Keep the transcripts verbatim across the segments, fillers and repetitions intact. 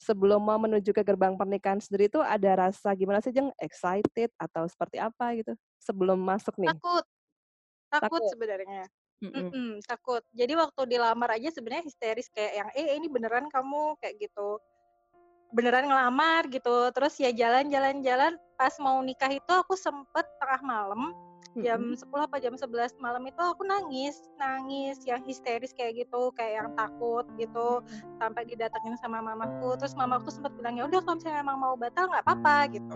sebelum mau menuju ke gerbang pernikahan sendiri tuh ada rasa gimana sih, Jeng? Excited atau seperti apa gitu, sebelum masuk nih? Takut takut Takut? sebenarnya, Mhm. mhm, takut. Jadi waktu dilamar aja sebenarnya histeris kayak yang, "Eh, ini beneran kamu?" Kayak gitu. Beneran ngelamar gitu, terus ya jalan jalan jalan, pas mau nikah itu aku sempet tengah malam, jam Mhm. sepuluh apa jam sebelas malam itu aku nangis, nangis yang histeris kayak gitu, kayak yang takut gitu, sampai didatengin sama mamaku, terus mamaku sempet bilang, "Ya udah kalau misalnya emang mau batal nggak papa," gitu.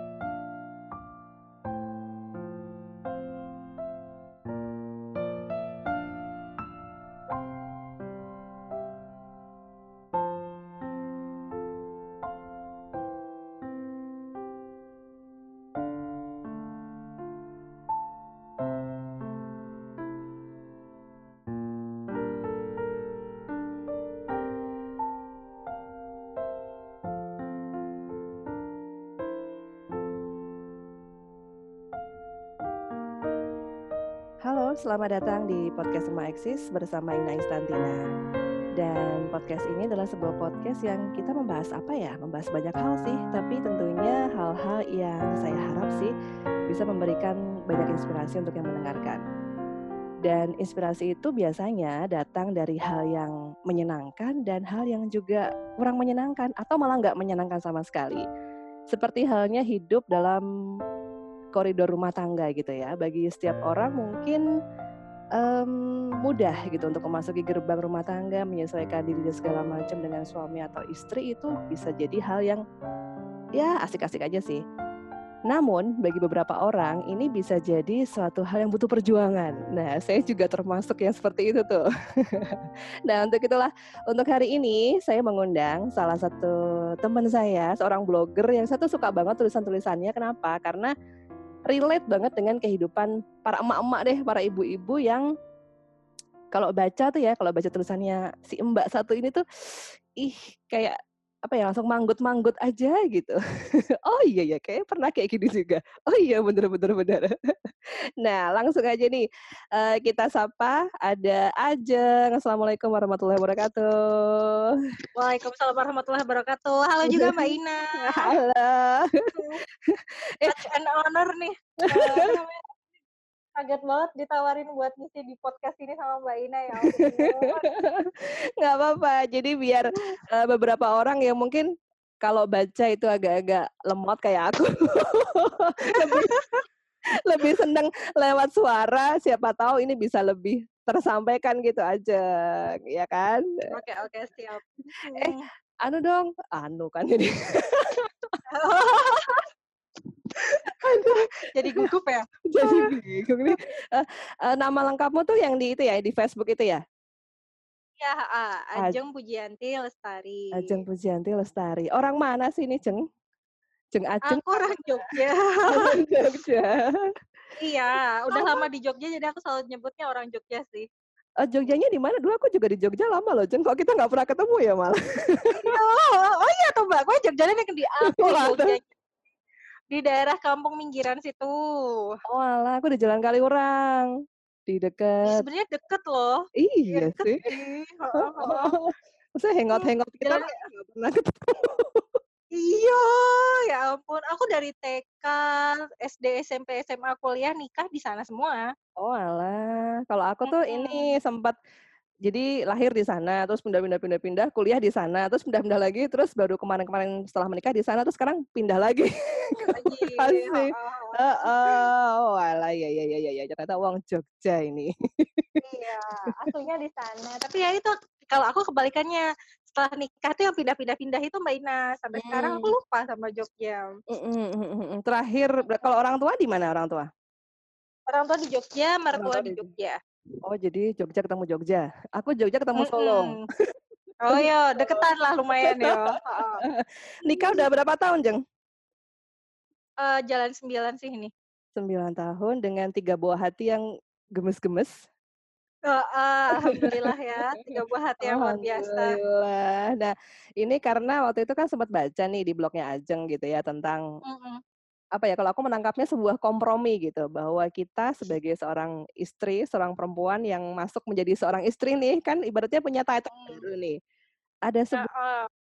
Halo, selamat datang di podcast Semua Eksis bersama Ina Istantina. Dan podcast ini adalah sebuah podcast yang kita membahas apa ya? Membahas banyak hal sih, tapi tentunya hal-hal yang saya harap sih bisa memberikan banyak inspirasi untuk yang mendengarkan. Dan inspirasi itu biasanya datang dari hal yang menyenangkan dan hal yang juga kurang menyenangkan atau malah nggak menyenangkan sama sekali. Seperti halnya hidup dalam koridor rumah tangga gitu ya. Bagi setiap orang mungkin Mmm, mudah gitu untuk memasuki gerbang rumah tangga, menyesuaikan diri dan segala macam dengan suami atau istri itu bisa jadi hal yang, ya asik-asik aja sih. Namun bagi beberapa orang ini bisa jadi suatu hal yang butuh perjuangan. Nah, saya juga termasuk yang seperti itu tuh. Nah, untuk itulah, untuk hari ini saya mengundang salah satu teman saya, seorang blogger yang saya tuh suka banget tulisan-tulisannya. Kenapa? Karena relate banget dengan kehidupan para emak-emak deh, para ibu-ibu yang kalau baca tuh ya, kalau baca tulisannya si Mbak satu ini tuh, ih kayak apa ya, langsung manggut-manggut aja gitu. Oh iya ya, kayaknya pernah kayak gini juga. Oh iya, bener bener bener. Nah, langsung aja nih, eee, kita sapa ada Ajeng. Assalamualaikum warahmatullahi wabarakatuh. Waalaikumsalam warahmatullahi wabarakatuh. Halo juga Mbak Ina. Halo. Mhm, Eh, such an honor nih, eee, apa namanya, kaget banget ditawarin buat ngisi di podcast ini sama Mbak Ina, ya ampun. nggak apa-apa. Jadi biar, eee, beberapa orang yang mungkin kalau baca itu agak-agak lemot kayak aku, lebih lebih seneng lewat suara, siapa tahu ini bisa lebih tersampaikan gitu aja, ya kan? Oke oke, siap. Eh, Mhm. anu dong, anu kan jadi aduh, Jadi gugup ya? jadi bingung nih. Eee eee, nama lengkapmu tuh yang di itu ya, di Facebook itu ya? Iya, heeh, Aj Ajeng Pujianti Lestari. Ajeng Pujianti Lestari. Orang mana sih ini, Jeng? Jeng Ajeng Aku orang Jogja. orang Jogja. Iya, udah lama di Jogja jadi aku selalu nyebutnya orang Jogja sih. Eee, Jogjanya di mana? Dulu aku juga di Jogja lama loh, Jeng, kok kita nggak pernah ketemu ya malah? Iya, oh iya tuh Mbak, pokoknya Jogjanya nih di aku di Waduh. Jogja, di daerah Kampung Minggiran situ. Oalah, aku di Jalan Kaliurang, di Ih, dekat sebenarnya deket loh. Iya iya deket sih. sih, heeh heeh. Maksudnya Mhm, hangout-hangout kita jalan mah nggak pernah ketemu. iya, ya ampun, aku dari T K, S D, S M P, S M A, kuliah, nikah di sana semua. Oalah, kalau aku tuh Mhm. ini sempat jadi lahir di sana, terus pindah-pindah pindah-pindah, kuliah di sana, terus pindah-pindah lagi, terus baru kemarin-kemarin setelah menikah di sana, terus sekarang pindah lagi ke Lagi, Bekasi. heeh heeh. Heeh, oalah, ya ya ya ya ya, ternyata wong Jogja ini. Iya, aslinya di sana. Tapi ya itu, kalau aku kebalikannya, setelah nikah tuh yang pindah-pindah-pindah itu Mbak Ina, sampai sekarang aku Mmm, lupa sama Jogja. mhm mhm mhm. Terakhir ber kalau orang tua di mana orang tua? Orang tua di Jogja, Orang mertua tua di di Jogja. oh jadi Jogja ketemu Jogja. Aku Jogja ketemu Solo. Mhm. Oh ya, deketan lah lumayan ya, heeh. Nikah udah berapa tahun, Jeng? Eee, jalan sembilan sih ini. Sembilan tahun dengan tiga buah hati yang gemes-gemes. Heeh, alhamdulillah ya, tiga buah hati yang luar biasa. Alhamdulillah. Nah, ini karena waktu itu kan sempat baca nih di blognya Ajeng gitu ya tentang, Mhm. apa ya, kalau aku menangkapnya sebuah kompromi gitu, bahwa kita sebagai seorang istri, seorang perempuan yang masuk menjadi seorang istri nih, kan ibaratnya punya title Mhm. baru nih. Ada sebuah Heeh.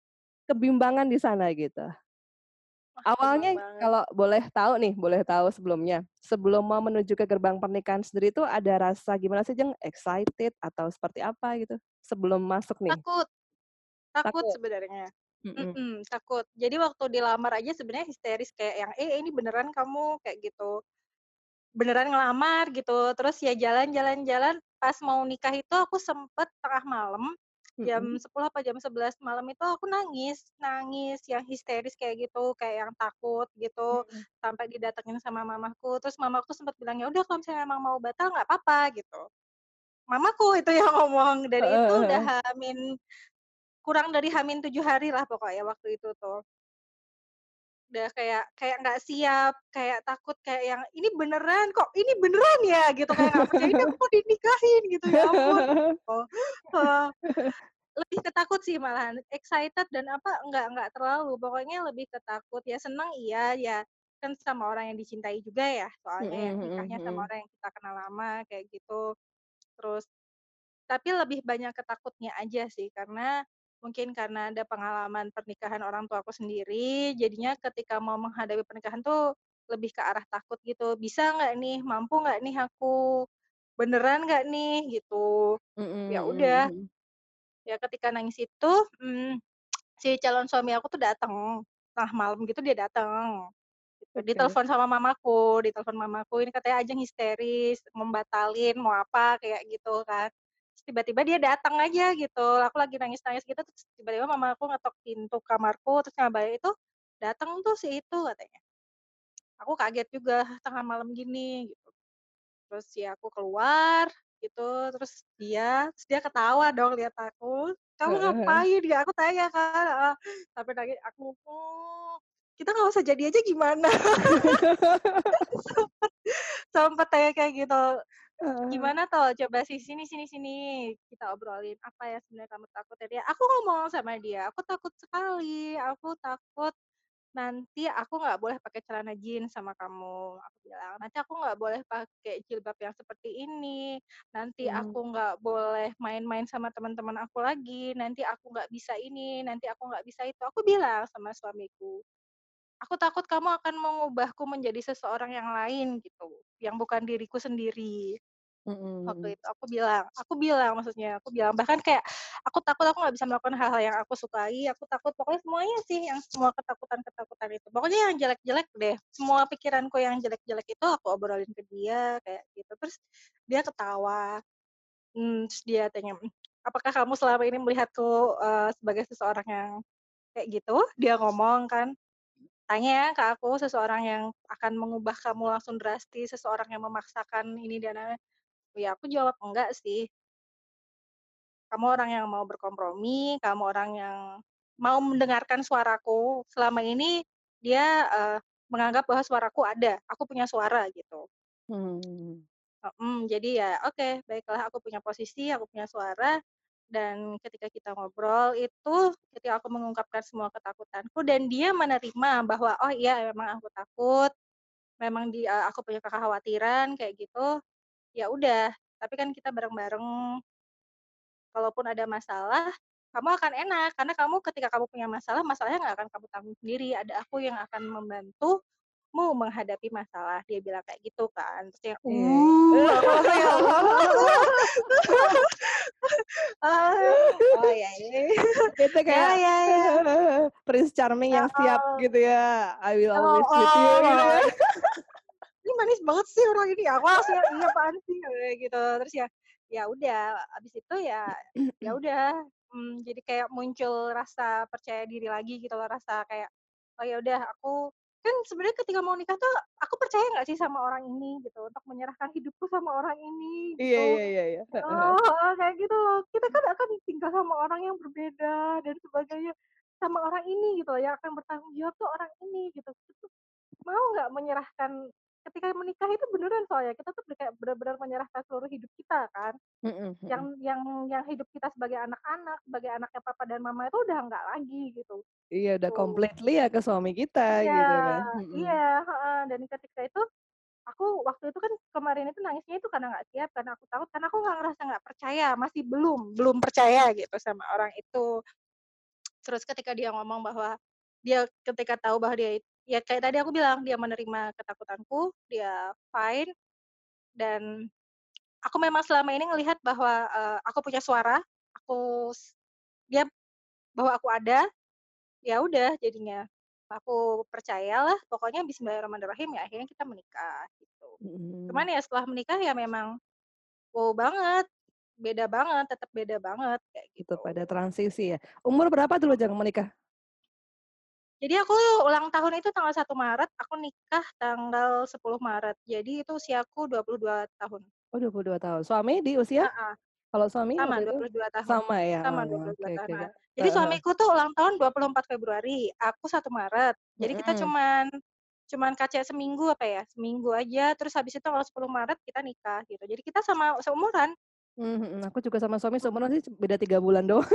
kebimbangan di sana gitu? Wah, Awalnya gampang banget. kalau boleh tahu nih, boleh tahu sebelumnya, sebelum mau menuju ke gerbang pernikahan sendiri tuh ada rasa gimana sih, Jeng? Excited atau seperti apa gitu sebelum masuk nih? Takut takut Takut? sebenarnya. Mhm. Mhm, takut. Jadi waktu dilamar aja sebenarnya histeris kayak yang, "Eh, ini beneran kamu?" Kayak gitu. Beneran ngelamar gitu, terus ya jalan jalan jalan, pas mau nikah itu aku sempet tengah malam, jam Mhm. sepuluh apa jam sebelas malam itu aku nangis, nangis yang histeris kayak gitu, kayak yang takut gitu, Mhm. sampai didatengin sama mamaku, terus mamaku sempet bilang, "Ya udah kalau misalnya emang mau batal nggak apa-apa," gitu. Mamaku itu yang ngomong, dan itu Heeh udah heeh. H-min kurang dari H-min tujuh hari lah pokoknya waktu itu tuh. Udah kayak kayak nggak siap, kayak takut, kayak yang, "Ini beneran kok ini beneran ya?" Gitu, kayak nggak percaya, "Ini aku mau dinikahin," gitu, ya ampun, gitu. Heeh, lebih ke takut sih malahan, excited dan apa, enggak enggak terlalu, pokoknya lebih ke takut. Ya seneng iya, ya kan sama orang yang dicintai juga ya, soalnya ya Mhm mhm nikahnya sama mhm. orang yang kita kenal lama, kayak gitu. Terus tapi lebih banyak ke takutnya aja sih, karena mungkin karena ada pengalaman pernikahan orang tuaku sendiri, jadinya ketika mau menghadapi pernikahan tuh lebih ke arah takut gitu, "Bisa nggak nih? Mampu nggak nih aku? Beneran nggak nih?" Gitu. Mhm Ya mhm udah, mhm. ya ketika nangis itu, mmm, si calon suami aku tuh dateng, tengah malam gitu dia dateng, gitu. Oke. Ditelepon sama mamaku ditelepon mamaku, ini katanya Ajeng histeris, membatalin, mau apa, kayak gitu kan. Terus tiba-tiba dia datang aja gitu, aku lagi nangis-nangis gitu, terus tiba-tiba mamaku ngetok pintu kamarku, terus ngabarin itu, "Dateng tuh si itu," katanya. Aku kaget juga, tengah malam gini, gitu. Terus ya aku keluar gitu, terus dia terus dia ketawa dong lihat aku, "Kamu Heeh heeh. ngapain?" Ya aku tanya kan, heeh, sampai nangis aku, "Oh, kita nggak usah jadi aja gimana?" Sempet sempet tanya kayak gitu, Heeh. "Gimana toh? Coba si sini sini sini, kita obrolin, apa yang sebenarnya kamu takutin?" Ya aku ngomong sama dia, "Aku takut sekali, aku takut nanti aku nggak boleh pakai celana jeans sama kamu," aku bilang, "nanti aku nggak boleh pakai jilbab yang seperti ini, nanti Mhm. aku nggak boleh main-main sama teman-teman aku lagi, nanti aku nggak bisa ini, nanti aku nggak bisa itu." Aku bilang sama suamiku, "Aku takut kamu akan mengubahku menjadi seseorang yang lain gitu, yang bukan diriku sendiri." Mhm mhm. Waktu itu aku bilang aku bilang maksudnya, aku bilang bahkan kayak, "Aku takut aku nggak bisa melakukan hal-hal yang aku sukai, aku takut," pokoknya semuanya sih, yang semua ketakutan-ketakutan itu. Pokoknya yang jelek-jelek deh, semua pikiranku yang jelek-jelek itu aku obrolin ke dia kayak gitu, terus dia ketawa, mmm, terus dia tanya, mmm, "Apakah kamu selama ini melihatku, eee, sebagai seseorang yang kayak gitu?" Dia ngomong kan, "Tanya ke aku, seseorang yang akan mengubah kamu langsung drastis, seseorang yang memaksakan ini dan lain-lain." Ya aku jawab, "Enggak sih." Kamu orang yang mau berkompromi, kamu orang yang mau mendengarkan suaraku. Selama ini dia, eee, menganggap bahwa suaraku ada, aku punya suara gitu. Mmm. Mhm, jadi ya oke, baiklah aku punya posisi, aku punya suara, dan ketika kita ngobrol itu, ketika aku mengungkapkan semua ketakutanku dan dia menerima bahwa, "Oh iya memang aku takut, memang di eee, aku punya kekhawatiran," kayak gitu, ya udah, tapi kan kita bareng-bareng. Kalaupun ada masalah, kamu akan enak, karena kamu ketika kamu punya masalah, masalahnya nggak akan kamu tanggung sendiri, ada aku yang akan membantumu menghadapi masalah, dia bilang kayak gitu kan. Terus dia, Iya. "Uh," aku langsung yang, "Uh." Ah, oh ya ya, Itu ya kayak ya ya, Prince Charming yang siap heeh, gitu ya, I will always with you heeh, gitu ya. pokoknya ini manis banget sih orang ini, aku langsung yang, "Iya apaan sih?" Kayak gitu. Terus ya, ya udah, abis itu ya ya udah, mmm, jadi kayak muncul rasa percaya diri lagi gitu loh, rasa kayak, "Oh ya udah aku" kan sebenarnya ketika mau nikah tuh, aku percaya nggak sih sama orang ini gitu, untuk menyerahkan hidupku sama orang ini Iya gitu. iya iya iya, heeh heeh. Heeh heeh, kayak gitu loh. Kita kan akan tinggal sama orang yang berbeda dan sebagainya, sama orang ini gitu loh, yang akan bertanggung jawab tuh orang ini gitu. Itu mau nggak menyerahkan ketika menikah itu beneran soalnya, kita tuh kayak bener-bener menyerahkan seluruh hidup kita kan, Mhm yang mhm. yang yang hidup kita sebagai anak-anak, sebagai anaknya papa dan mama itu udah nggak lagi gitu, Iya udah tuh. completely ya ke suami kita Iya gitu kan, mhm. iya, heeh, dan ketika itu, aku waktu itu kan kemarin itu nangisnya itu karena nggak siap, karena aku takut, karena aku nggak ngerasa nggak percaya, masih belum belum percaya gitu sama orang itu. Terus ketika dia ngomong bahwa dia ketika tahu bahwa dia it ya kayak tadi aku bilang, dia menerima ketakutanku, dia fine, dan aku memang selama ini ngelihat bahwa, eee, aku punya suara, aku s dia bahwa aku ada, ya udah jadinya. Aku percayalah, pokoknya bismillahirrahmanirrahim, ya akhirnya kita menikah, gitu. Mhm. Cuman ya setelah menikah ya memang wow banget, beda banget, tetap beda banget, kayak Tetep gitu. ada transisi ya. Umur berapa dulu Jeng menikah? Jadi aku ulang tahun itu tanggal satu Maret, aku nikah tanggal sepuluh Maret. Jadi itu usiaku dua puluh dua tahun. Oh dua puluh dua tahun. Suami di usia? Heeh. Kalau suami Sama waktu dua itu? puluh dua tahun. Sama ya? Sama Oh, dua puluh dua oke tahun, oke, heeh. Kak. Jadi Heeh heeh. suamiku tuh ulang tahun dua puluh empat Februari, aku satu Maret. Jadi kita Mhm. cuman cuman K C seminggu apa ya, seminggu aja, terus habis itu tanggal sepuluh Maret kita nikah, gitu. Jadi kita sama seumuran. Mmm, mhm. Aku juga sama suami Mhm. seumuran sih, beda tiga bulan doang.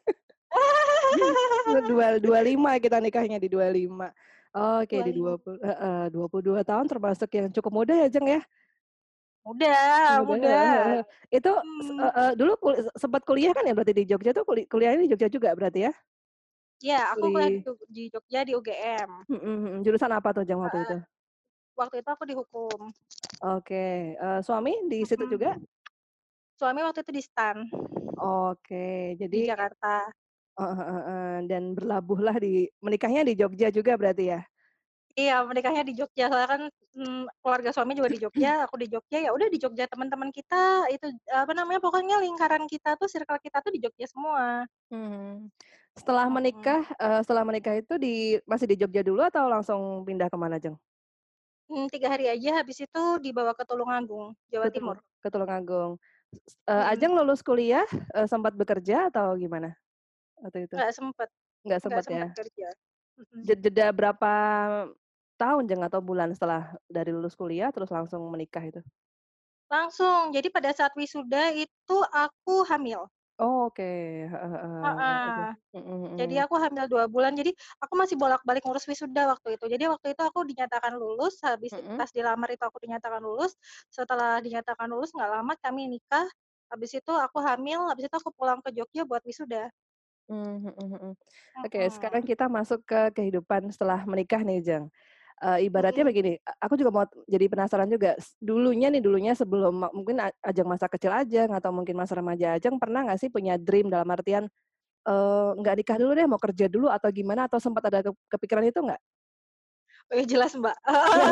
Dua dua lima kita nikahnya, di dua lima. Oke di dua dua lima. puluh heeh, dua puluh dua tahun termasuk yang cukup muda ya, Jeng, ya? Muda Muda, muda. heeh heeh. Itu s Mhm. heeh, dulu kul se sempat kuliah kan ya berarti di Jogja tuh kuli kuliahnya di Jogja juga berarti ya? Iya, aku kuliah di Kuli Jog di Jogja di U G M. Mhm mhm. Jurusan apa tuh Jeng waktu Heeh. itu? Waktu itu aku di hukum. Oke, eee, suami di situ juga? Mhm. Suami waktu itu di STAN. Oke, Di jadi Jakarta. heeh heeh heeh, dan berlabuhlah di menikahnya di Jogja juga berarti ya? Iya, menikahnya di Jogja, soalnya kan, mmm, keluarga suami juga di Jogja, aku di Jogja, ya udah di Jogja teman-teman kita itu, apa namanya, pokoknya lingkaran kita tuh, circle kita tuh di Jogja semua. Mhm. Setelah Mhm. menikah eee, setelah menikah itu di masih di Jogja dulu atau langsung pindah ke mana, Jeng? Mmm, tiga hari aja, habis itu dibawa ke Tulungagung, Jawa Ke Tulung Timur. ke Tulungagung. S eee, Mhm. Ajeng lulus kuliah, eee, sempat bekerja atau gimana waktu itu? Nggak sempet Nggak nggak sempet ya? sempet kerja. Mhm. Jed jeda berapa tahun Jeng atau bulan setelah dari lulus kuliah terus langsung menikah itu? Langsung, jadi pada saat wisuda itu aku hamil. Oke, heeh heeh, Heeh. aduh, mhm Jadi mhm. aku hamil dua bulan, jadi aku masih bolak-balik ngurus wisuda waktu itu. Jadi waktu itu aku dinyatakan lulus, habis it Mhm. pas dilamar itu aku dinyatakan lulus, setelah dinyatakan lulus nggak lama kami nikah, habis itu aku hamil, habis itu aku pulang ke Jogja buat wisuda. Mmm, mhm mhm. Oke, sekarang Mhm. kita masuk ke kehidupan setelah menikah nih, Jeng. Eee, ibaratnya Mhm. begini, a aku juga mau jadi penasaran juga, s dulunya nih, dulunya sebelum ma mungkin a Ajeng masa kecil Ajeng atau mungkin masa remaja Ajeng, pernah nggak sih punya dream dalam artian, eee, nggak nikah dulu deh, mau kerja dulu atau gimana, atau sempat ada kep kepikiran itu nggak? Oh ya jelas, Mbak. Jelas.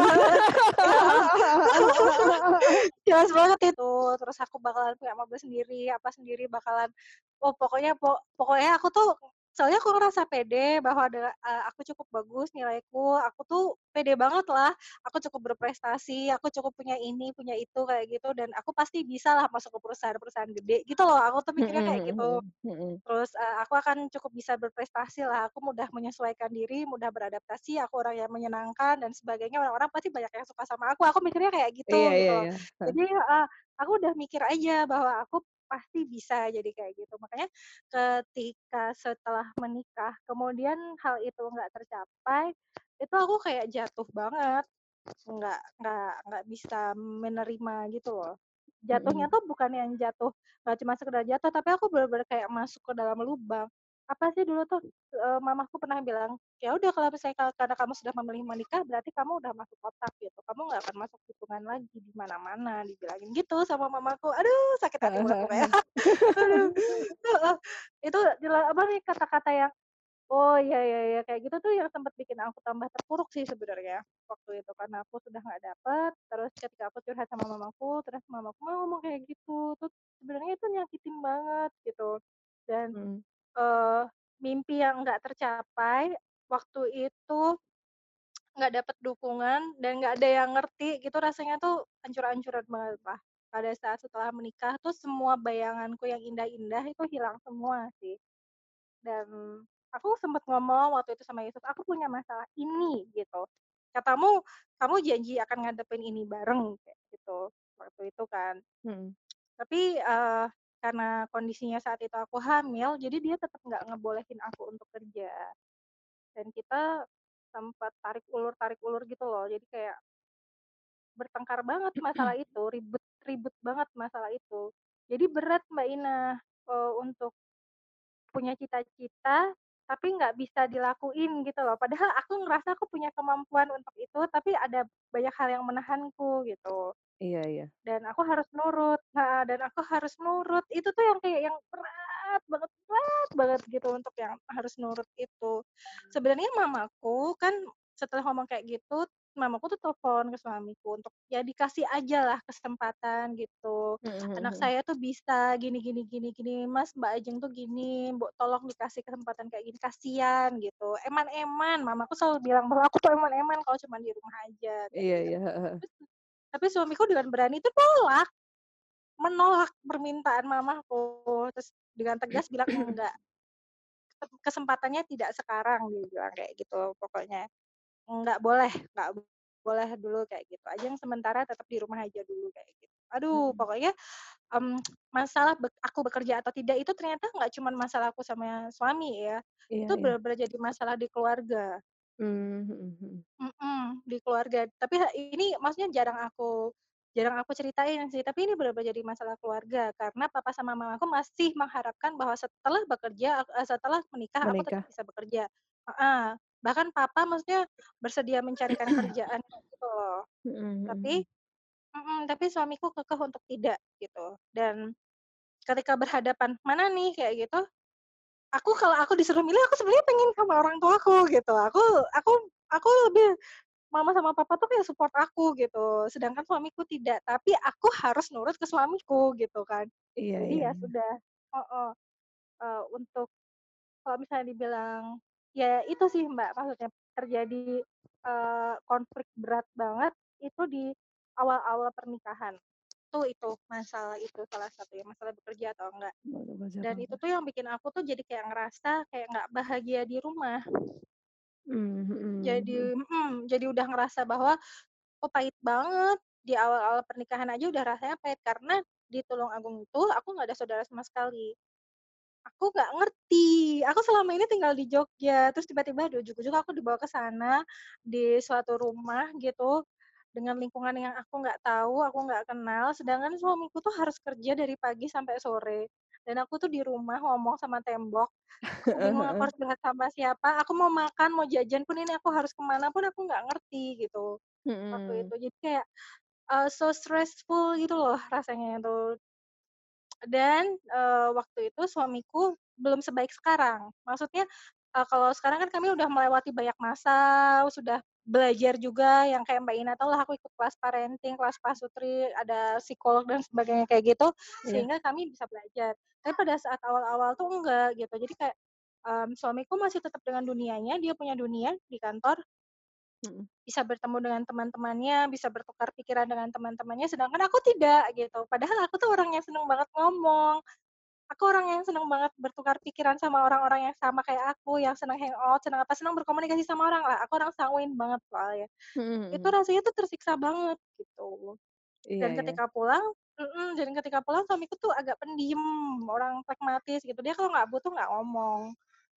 Jelas banget itu, terus aku bakalan punya mobil sendiri, apa sendiri, bakalan oh pokoknya po pokoknya aku tuh soalnya aku ngerasa pede bahwa ada eee, aku cukup bagus nilaiku, aku tuh pede bangetlah, aku cukup berprestasi, aku cukup punya ini, punya itu, kayak gitu, dan aku pasti bisalah masuk ke perusahaan-perusahaan gede, gitu loh, aku tuh Mhm mikirnya kayak gitu. mhm mhm, mhm. Terus, eee, aku akan cukup bisa berprestasilah, aku mudah menyesuaikan diri, mudah beradaptasi, aku orang yang menyenangkan dan sebagainya, orang-orang pasti banyak yang suka sama aku, aku mikirnya kayak Iya gitu, gitu iya loh. iya, heeh. Jadi heeh, aku udah mikir aja bahwa aku pasti bisa jadi kayak gitu. Makanya ketika setelah menikah, kemudian hal itu nggak tercapai, itu aku kayak jatuh banget, nggak nggak nggak bisa menerima gitu loh. Jatuhnya Mhm. tuh bukan yang jatuh, nggak cuma sekedar jatuh, tapi aku bener-bener kayak masuk ke dalam lubang. Apa sih dulu tuh, eee, mamaku pernah bilang, "Ya udah kalau misalnya ka karena kamu sudah memilih menikah, berarti kamu udah masuk kotak gitu, kamu nggak akan masuk hitungan lagi di mana-mana," dibilangin gitu sama mamaku. Aduh sakit hati Heeh banget heeh pokoknya. heeh. Aduh, heeh. Itu jela apa nih, kata-kata yang, oh iya iya iya, kayak gitu tuh yang sempet bikin aku tambah terpuruk sih sebenarnya, waktu itu. Karena aku sudah nggak dapet, terus ketika aku curhat sama mamaku, terus mamaku malah ngomong kayak gitu, terus sebenarnya itu nyakitin banget gitu. Dan, Mhm. eee, mimpi yang nggak tercapai, waktu itu nggak dapet dukungan dan nggak ada yang ngerti gitu, rasanya tuh hancur-hancuran bangetlah. Pada saat setelah menikah tuh semua bayanganku yang indah-indah itu hilang semua sih. Dan aku sempet ngomong waktu itu sama Yusuf, "Aku punya masalah ini," gitu. Katamu, "Kamu janji akan ngadepin ini bareng," kayak gitu, waktu itu kan. Mhm. Tapi, eee, karena kondisinya saat itu aku hamil, jadi dia tetep nggak ngebolehin aku untuk kerja. Dan kita sempet tarik ulur tarik ulur gitu loh, jadi kayak bertengkar banget masalah itu, ribet ribet banget masalah itu. Jadi berat Mbak Ina, eee, untuk punya cita-cita tapi nggak bisa dilakuin gitu loh. Padahal aku ngerasa aku punya kemampuan untuk itu, tapi ada banyak hal yang menahanku gitu. Iya iya. Dan aku harus nurut heeh, dan aku harus nurut. Itu tuh yang kayak yang berat banget berat banget gitu untuk yang harus nurut itu. Sebenarnya mamaku kan setelah ngomong kayak gitu, mamaku tuh telepon ke suamiku untuk, ya dikasih ajalah kesempatan gitu. Mhm mhm Anak mhm. saya tuh bisa gini gini gini gini, Mas, Mbak Ajeng tuh gini, Mbok tolong dikasih kesempatan kayak gini, kasihan gitu. Eman-eman, mamaku selalu bilang bahwa aku tuh eman-eman kalau cuman di rumah aja kayak Iya gitu. iya, heeh heeh. Terus tapi suamiku dengan berani itu nolak, menolak permintaan mamaku, terus dengan tegas bilang, "Enggak, kesempatannya tidak sekarang," dia bilang kayak gitu pokoknya. "Enggak boleh, nggak boleh dulu," kayak gitu. "Ajeng sementara tetap di rumah aja dulu," kayak gitu. Aduh, Mhm. pokoknya, mmm, masalah bek aku bekerja atau tidak itu ternyata nggak cuman masalah aku sama suami ya, Iya itu iya. bener-bener jadi masalah di keluarga. Mmm, mhm mhm. Mhm, di keluarga. Tapi ha ini maksudnya jarang aku jarang aku ceritain sih, tapi ini benar-benar jadi masalah keluarga karena papa sama mamaku masih mengharapkan bahwa setelah bekerja, eee, setelah menikah aku tetap Menikah. bisa bekerja. Heeh, bahkan papa maksudnya bersedia mencarikan kerjaan gitu loh. Mhm mhm Tapi mhm. mhm, tapi suamiku kekeh untuk tidak gitu. Dan ketika berhadapan, "Mana nih?" Kayak gitu, aku kalau aku disuruh milih aku sebenarnya pengen sama orang tuaku gitu. Aku aku aku lebih mama sama papa tuh kayak support aku gitu, sedangkan suamiku tidak, tapi aku harus nurut ke suamiku gitu kan. Iya iya Jadi ya iya. sudah heeh, eee, untuk kalau misalnya dibilang ya itu sih Mbak, maksudnya terjadi, eee, konflik berat banget itu di awal-awal pernikahan. Tuh itu, masalah itu salah satunya, masalah bekerja atau enggak. Baru baca Dan itu apa. tuh yang bikin aku tuh jadi kayak ngerasa kayak nggak bahagia di rumah. Mmm, mhm mhm. Jadi mhm, jadi udah ngerasa bahwa oh pahit banget, di awal-awal pernikahan aja udah rasanya pahit karena di Tulungagung itu aku nggak ada saudara sama sekali. Aku nggak ngerti, aku selama ini tinggal di Jogja, terus tiba-tiba di ujug-ujug aku dibawa ke sana, di suatu rumah gitu, dengan lingkungan yang aku nggak tahu, aku nggak kenal, sedangkan suamiku tuh harus kerja dari pagi sampai sore. Dan aku tuh di rumah ngomong sama tembok, aku Heeh bingung aku heeh. harus curhat sama siapa, aku mau makan, mau jajan pun ini aku harus ke mana pun aku nggak ngerti gitu, waktu Mhm. itu. Jadi kayak Eee, so stressful gitu loh rasanya itu. Dan, eee, waktu itu suamiku belum sebaik sekarang. Maksudnya, eee, kalau sekarang kan kami udah melewati banyak masa, sudah belajar juga yang kayak Mbak Ina tahu lah aku ikut kelas parenting, kelas pasutri, ada psikolog dan sebagainya kayak gitu, Iya. sehingga kami bisa belajar. Tapi pada saat awal-awal tuh enggak gitu. Jadi kayak, mmm, suamiku masih tetap dengan dunianya, dia punya dunia di kantor, Mhm. bisa bertemu dengan teman-temannya, bisa bertukar pikiran dengan teman-temannya, sedangkan aku tidak gitu. Padahal aku tuh orang yang seneng banget ngomong, aku orang yang seneng banget bertukar pikiran sama orang-orang yang sama kayak aku, yang senang hangout, senang apa, senang berkomunikasi sama orang lah, aku orang sanguin banget soalnya. Mhm Itu mhm. rasanya tuh tersiksa banget gitu. Iya Dan iya. ketika pulang mhm, dan ketika pulang suamiku tuh agak pendiam, orang pragmatis gitu, dia kalau nggak butuh nggak ngomong.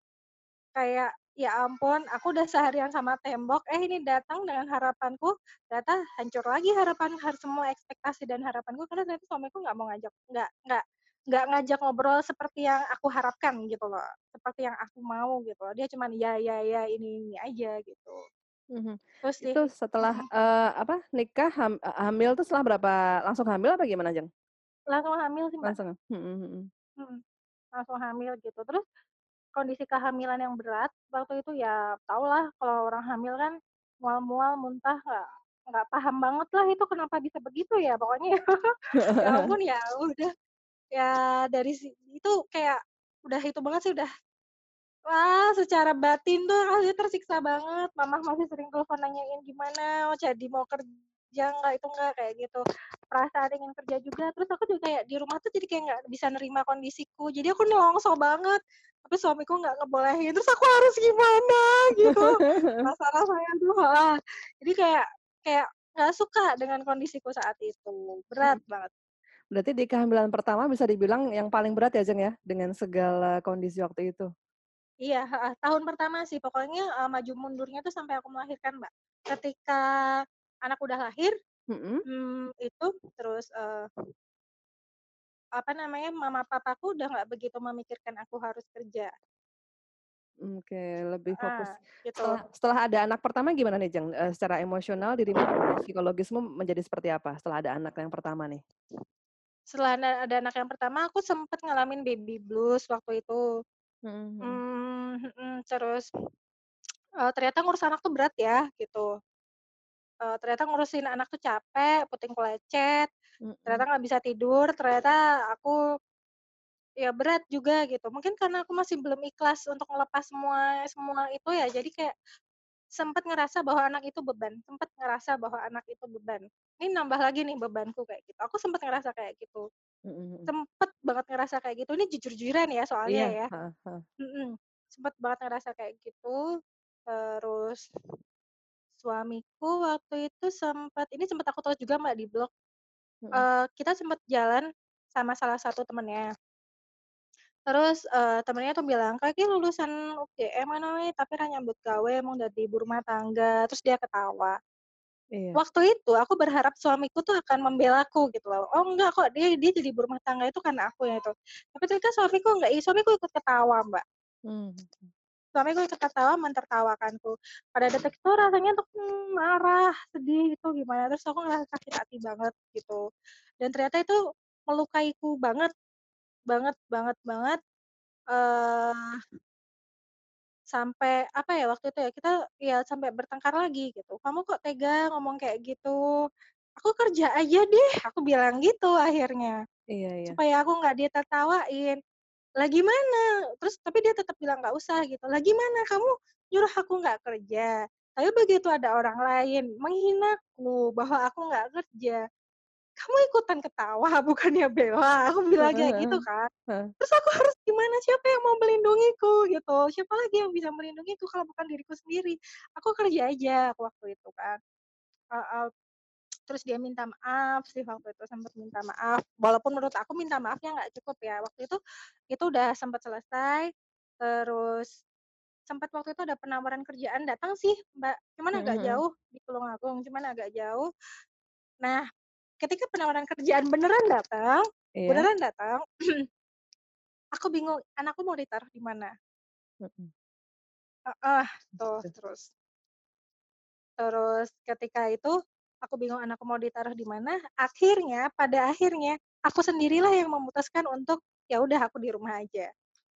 Kayak, ya ampun aku udah seharian sama tembok, eh ini datang dengan harapanku, ternyata hancur lagi harapan har semua ekspektasi dan harapanku karena ternyata suamiku nggak mau ngajak nggak nggak nggak ngajak ngobrol seperti yang aku harapkan gitu loh, seperti yang aku mau gitu loh. Dia cuman ya ya ya, ini ini aja gitu. Mhm. Terus sih Itu setelah, mhm, eee, apa, nikah ham eee, hamil tuh setelah berapa langsung hamil apa gimana, Jeng? langsung hamil sih Mbak, Langsung? Mhm mhm. mhm, langsung hamil gitu. Terus kondisi kehamilan yang berat waktu itu ya tahulah kalau orang hamil kan mual-mual, muntah, nggak nggak paham banget lah itu kenapa bisa begitu ya pokoknya ya. Ya ampun ya udah, ya dari si itu kayak udah itu banget sih udah, wah secara batin tuh rasanya tersiksa banget, mama masih sering telepon nanyain gimana, oh jadi mau kerja nggak, itu nggak, kayak gitu. Perasaan ingin kerja juga, terus aku juga kayak di rumah tuh jadi kayak nggak bisa nerima kondisiku, jadi aku nelongso banget, tapi suamiku nggak ngebolehin, terus aku harus gimana gitu, rasa-rasanya tuh heeh. Jadi kayak kayak nggak suka dengan kondisiku saat itu, Mhm. berat banget. Berarti di kehamilan pertama bisa dibilang yang paling berat ya, Jeng, ya? Dengan segala kondisi waktu itu? Iya, heeh, tahun pertama sih pokoknya, eee, maju mundurnya tuh sampai aku melahirkan, Mbak. Ketika anak udah lahir, Mhm? mmm, itu terus, eee, apa namanya, mama papaku udah nggak begitu memikirkan aku harus kerja. Oke, lebih Heeh, fokus. gitu. Setelah setelah ada anak pertama gimana nih, Jeng? Eee, secara emosional dirimu atau psikologismu menjadi seperti apa setelah ada anak yang pertama nih? Setelah ada ada anak yang pertama, aku sempet ngalamin baby blues waktu itu. Mhm mhm. Mmm, mhm, terus, eee, ternyata ngurus anak tuh berat ya, gitu. Eee, ternyata ngurusin anak tuh capek, puting pelecet, ternyata Mhm. nggak bisa tidur, ternyata aku ya berat juga gitu. Mungkin karena aku masih belum ikhlas untuk ngelepas semua semua itu ya, jadi kayak sempet ngerasa bahwa anak itu beban, sempet ngerasa bahwa anak itu beban. Ini nambah lagi nih bebanku kayak gitu. Aku sempet ngerasa kayak gitu. Mhm mhm. Sempet banget ngerasa kayak gitu, ini jujur-jujuran ya soalnya Iya, ya. heeh heeh. Mhm, sempet banget ngerasa kayak gitu. Terus suamiku waktu itu sempet ini sempet aku tulis juga Mbak di blog, Mhm. eee, kita sempet jalan sama salah satu temennya. Terus, eee, temennya tuh bilang, "Kakak ki lulusan U G M anu we, tapi ra nyambut gawe mung dadi ibu rumah tangga." Terus dia ketawa. Iya. Waktu itu aku berharap suamiku tuh akan membelaku gitu loh, "Oh enggak kok, dia dia jadi ibu rumah tangga itu karena aku yang itu." Tapi ternyata suamiku enggak, ih suamiku ikut ketawa, Mbak. Mmm, mhm. Suamiku ikut ketawa mentertawakanku. Pada detik itu rasanya tuh, mmm, marah, sedih itu gimana, terus aku ngerasa sakit hati banget gitu. Dan ternyata itu melukaiku banget, banget banget banget, eee, sampai apa ya, waktu itu ya, kita ya sampai bertengkar lagi gitu, "Kamu kok tega ngomong kayak gitu? Aku kerja aja deh," aku bilang gitu akhirnya, Iya iya. supaya aku nggak ditertawain. "Lah gimana?" Terus tapi dia tetap bilang, "Nggak usah," gitu. "Lah gimana? Kamu nyuruh aku nggak kerja, tapi begitu ada orang lain menghinaku bahwa aku nggak kerja, kamu ikutan ketawa bukannya bela," aku bilang Heeh kayak gitu heeh. kan. Heeh. Terus aku harus gimana? Siapa yang mau melindungiku gitu? Siapa lagi yang bisa melindungiku kalau bukan diriku sendiri? Aku kerja aja aku waktu itu kan. Heeh. Terus dia minta maaf sih waktu itu, sempet minta maaf, walaupun menurut aku minta maafnya nggak cukup ya. Waktu itu, itu udah sempet selesai, terus sempet waktu itu ada penawaran kerjaan datang sih, Mbak, cuman Mhm agak mhm. jauh di Tulungagung, cuman agak jauh. Nah, ketika penawaran kerjaan beneran datang Iya? beneran datang, aku bingung, anakku mau ditaruh di mana? Mhm. Heeh, tuh, Gitu. terus terus ketika itu aku bingung anakku mau ditaruh di mana, akhirnya pada akhirnya aku sendirilah yang memutuskan untuk, ya udah aku di rumah aja.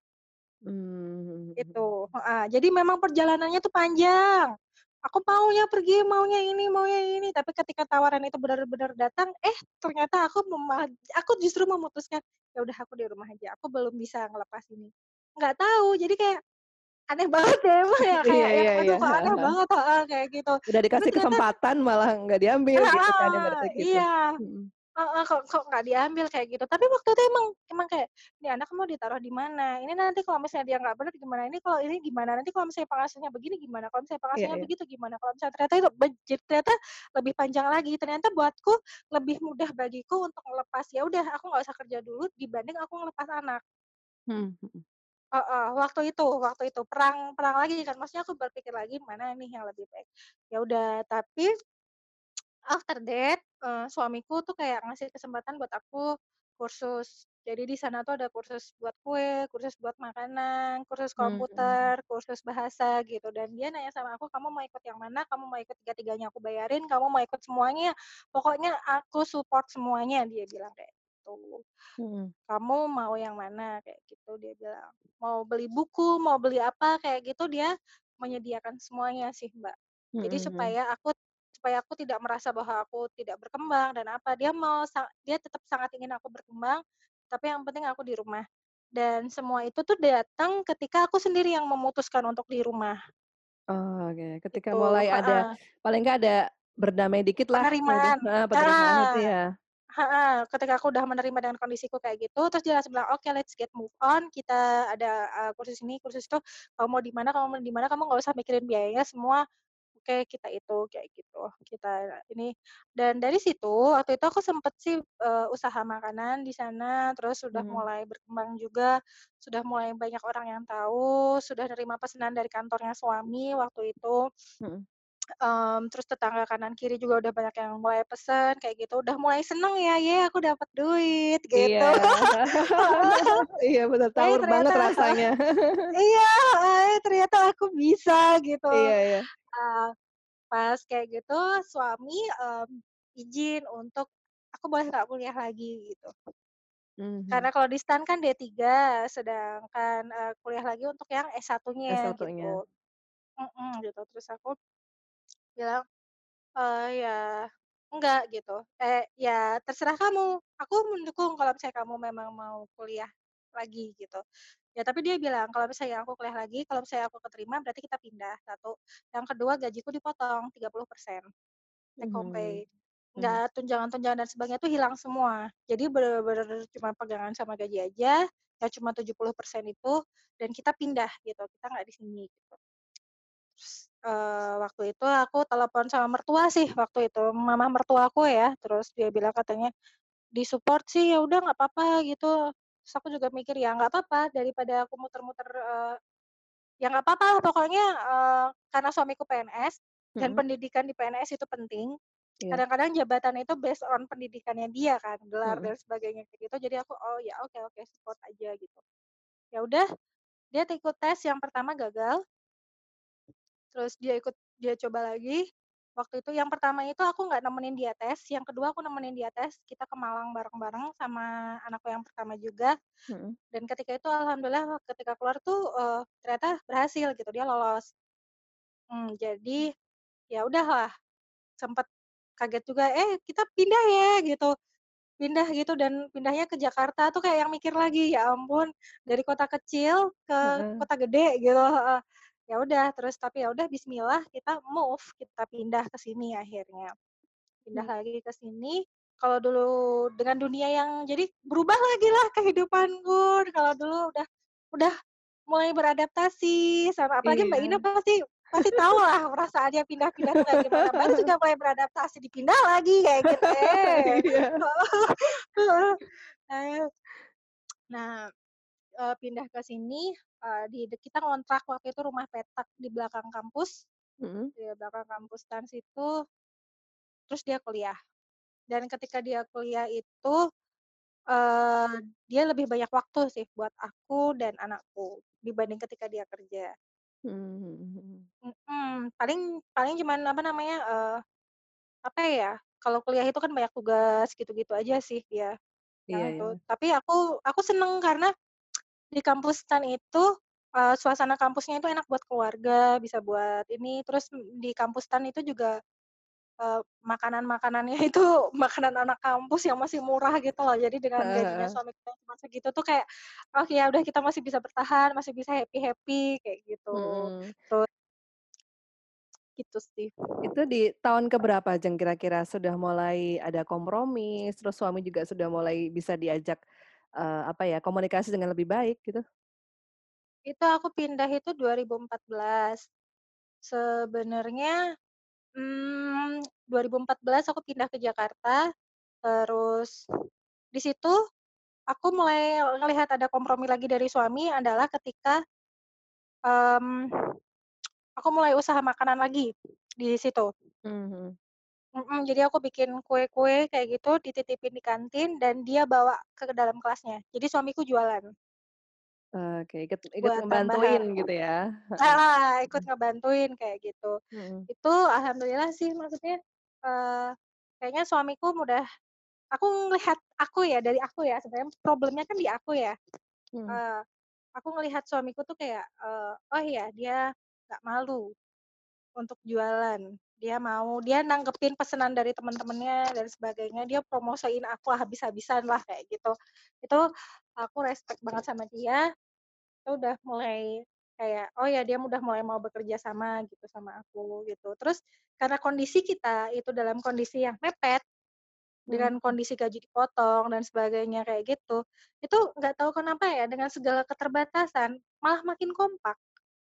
Mmm, mhm mhm. Itu, heeh. Jadi memang perjalanannya tuh panjang. Aku maunya pergi, maunya ini maunya ini, tapi ketika tawaran itu benar-benar datang, eh ternyata aku memah aku justru memutuskan, ya udah aku di rumah aja, aku belum bisa ngelepas ini. Nggak tahu, jadi kayak aneh banget ya emang ya, Iya kayak yang iya aduh iya, kok heeh aneh heeh. banget heeh, kayak gitu. Udah Tapi dikasih ternyata kesempatan malah nggak diambil gitu kan heeh, ibaratnya gitu. iya. Mhm. Heeh, kok kok nggak diambil kayak gitu. Tapi waktu itu emang emang kayak, "Ini anak mau ditaruh di mana? Ini nanti kalau misalnya dia nggak bener gimana? Ini kalau ini gimana? Nanti kalau misalnya pengasuhnya begini gimana? Kalau misalnya Iya pengasuhnya iya. begitu gimana?" Kalau misalnya ternyata itu bej ternyata lebih panjang lagi. Ternyata buatku lebih mudah bagiku untuk ngelepas, ya udah aku nggak usah kerja dulu dibanding aku ngelepas anak. Mhm mhm. Heeh, waktu itu waktu itu perang perang lagi kan, maksudnya aku berpikir lagi mana nih yang lebih baik. Ya udah, tapi after that, eee, suamiku tuh kayak ngasih kesempatan buat aku kursus. Jadi di sana tuh ada kursus buat kue, kursus buat makanan, kursus Mmm, mhm. komputer, kursus bahasa gitu, dan dia nanya sama aku, "Kamu mau ikut yang mana? Kamu mau ikut tiga-tiganya aku bayarin, kamu mau ikut semuanya? Pokoknya aku support semuanya," dia bilang kayak gitu. Mhm. "Kamu mau yang mana?" Kayak gitu dia bilang. Mau beli buku, mau beli apa kayak gitu, dia menyediakan semuanya sih, Mbak. Jadi Mhm mhm. supaya aku supaya aku tidak merasa bahwa aku tidak berkembang dan apa, dia mau sa dia tetap sangat ingin aku berkembang, tapi yang penting aku di rumah. Dan semua itu tuh datang ketika aku sendiri yang memutuskan untuk di rumah, Oh, oke. Ketika gitu. mulai ada Heeh, paling nggak ada berdamai dikit lah udah penerimaan. heeh, penerimaan itu Heeh. ya. Heeh, ketika aku udah menerima dengan kondisiku kayak gitu, terus dia langsung bilang, "Oke, let's get move on, kita ada, eee, kursus ini, kursus itu, kamu mau di mana kamu mau di mana, kamu nggak usah mikirin biayanya semua, oke kita itu," kayak gitu. Kita ini dan dari situ, waktu itu aku sempet sih, eee, usaha makanan di sana, terus sudah Mhm mulai berkembang juga, sudah mulai banyak orang yang tahu, sudah nerima pesanan dari kantornya suami waktu itu. mhm. Mmm, terus tetangga kanan kiri juga udah banyak yang mulai pesen kayak gitu, udah mulai seneng ya, "Ye aku dapat duit," Iya. gitu. Heeh. Iya bener, Eh, tawur banget ternyata heeh, rasanya. iya, heeh, eh, ternyata aku bisa gitu. Iya iya. Eee, pas kayak gitu suami, mmm, izin untuk, "Aku boleh nggak kuliah lagi?" Gitu. Mhm. Karena kalau di STAN kan D tiga, sedangkan, eee, kuliah lagi untuk yang S S satunya satunya. gitu. Mhm, gitu. Terus aku bilang, eee, "Ya enggak," gitu, eh, "ya terserah kamu, aku mendukung kalau misalnya kamu memang mau kuliah lagi," gitu. Ya tapi dia bilang, "Kalau misalnya aku kuliah lagi, kalau misalnya aku keterima berarti kita pindah, satu. Yang kedua gajiku dipotong tiga puluh persen take home Mhm. pay. Mhm. Nggak tunjangan-tunjangan dan sebagainya itu hilang semua. Jadi bener-bener cuma pegangan sama gaji aja, ya cuma tujuh puluh persen itu, dan kita pindah gitu, kita nggak di sini," gitu. Terus, eee, waktu itu aku telepon sama mertua sih waktu itu, mama mertuaku ya, terus dia bilang katanya, "Di-support sih, ya udah nggak apa-apa," gitu. Terus aku juga mikir, ya nggak apa-apa daripada aku muter-muter, eee, ya nggak apa-apa lah pokoknya, eee, karena suamiku P N S dan Mhm. pendidikan di P N S itu penting. Iya. Kadang-kadang jabatan itu based on pendidikannya dia kan, gelar Mhm. dan sebagainya kayak gitu. Jadi aku, "Oh ya oke oke support aja," gitu. Ya udah, dia ikut tes yang pertama gagal, terus dia ikut dia coba lagi. Waktu itu yang pertama itu aku nggak nemenin dia tes, yang kedua aku nemenin dia tes, kita ke Malang bareng-bareng sama anakku yang pertama juga, Mhm. dan ketika itu alhamdulillah ketika keluar tuh, eee, ternyata berhasil gitu, dia lolos. Mmm, jadi ya udahlah, sempet kaget juga, "Eh kita pindah ya?" Gitu. Pindah gitu dan pindahnya ke Jakarta tuh kayak yang mikir lagi, ya ampun dari kota kecil ke Heeh. kota gede gitu, heeh. Ya udah terus tapi ya udah bismillah kita move, kita pindah ke sini akhirnya. Pindah Mmm. lagi ke sini, kalau dulu dengan dunia yang jadi berubah lagi lah kehidupanku, kalau dulu udah udah mulai beradaptasi sama apalagi Mbak Ina Iya. pasti pasti tahulah perasaannya pindah-pindah tuh kayak gimana. Mbaknya juga mulai beradaptasi, dipindah lagi kayak gitu, eh. Iya. Heeh, heeh. Nah, eee, pindah ke sini, eee, di de kita ngontrak waktu itu rumah petak di belakang kampus, Mhm. di belakang kampus STAN situ, terus dia kuliah. Dan ketika dia kuliah itu, eee, dia lebih banyak waktu sih buat aku dan anakku, dibanding ketika dia kerja. Mhm mhm mhm. Mhm, paling paling cuman apa namanya, eee, apa ya, kalau kuliah itu kan banyak tugas gitu-gitu aja sih dia, Iya yang itu. iya. Tapi aku aku seneng karena di kampus STAN itu, eee, suasana kampusnya itu enak buat keluarga, bisa buat ini, terus di kampus STAN itu juga, eee, makanan-makanannya itu makanan anak kampus yang masih murah gitu loh. Jadi dengan Heeh gajinya heeh. suamiku yang cuma segitu tuh kayak, "Oh ya udah kita masih bisa bertahan, masih bisa happy-happy," kayak gitu. Mhm. Terus gitu sih. Itu di tahun ke berapa Jeng kira-kira sudah mulai ada kompromi, terus suami juga sudah mulai bisa diajak, eee, apa ya, komunikasi dengan lebih baik gitu? Itu aku pindah itu dua ribu empat belas. Sebenarnya, mmm, dua ribu empat belas aku pindah ke Jakarta, terus di situ aku mulai ngelihat ada kompromi lagi dari suami adalah ketika, mmm, aku mulai usaha makanan lagi di situ. Mhm. Mhm, jadi aku bikin kue-kue kayak gitu dititipin di kantin dan dia bawa ke dalam kelasnya. Jadi suamiku jualan Oke, ikut ikut buat tambah ngebantuin gitu ya? Heeh. heeh, ikut Mhm. ngebantuin kayak gitu. Mhm. Itu alhamdulillah sih maksudnya, eee, kayaknya suamiku mudah aku ngelihat aku ya, dari aku ya, sebenarnya problemnya kan di aku ya, Mhm. eee, aku ngelihat suamiku tuh kayak, eee, oh ya dia nggak malu untuk jualan, dia mau dia nanggepin pesanan dari teman-temannya dan sebagainya, dia promosiin aku habis-habisan lah kayak gitu. Itu aku respect banget sama dia, itu udah mulai kayak, oh ya dia udah mulai mau bekerja sama gitu sama aku gitu. Terus karena kondisi kita itu dalam kondisi yang mepet, dengan Mhm. kondisi gaji dipotong dan sebagainya kayak gitu, itu nggak tahu kenapa ya dengan segala keterbatasan malah makin kompak.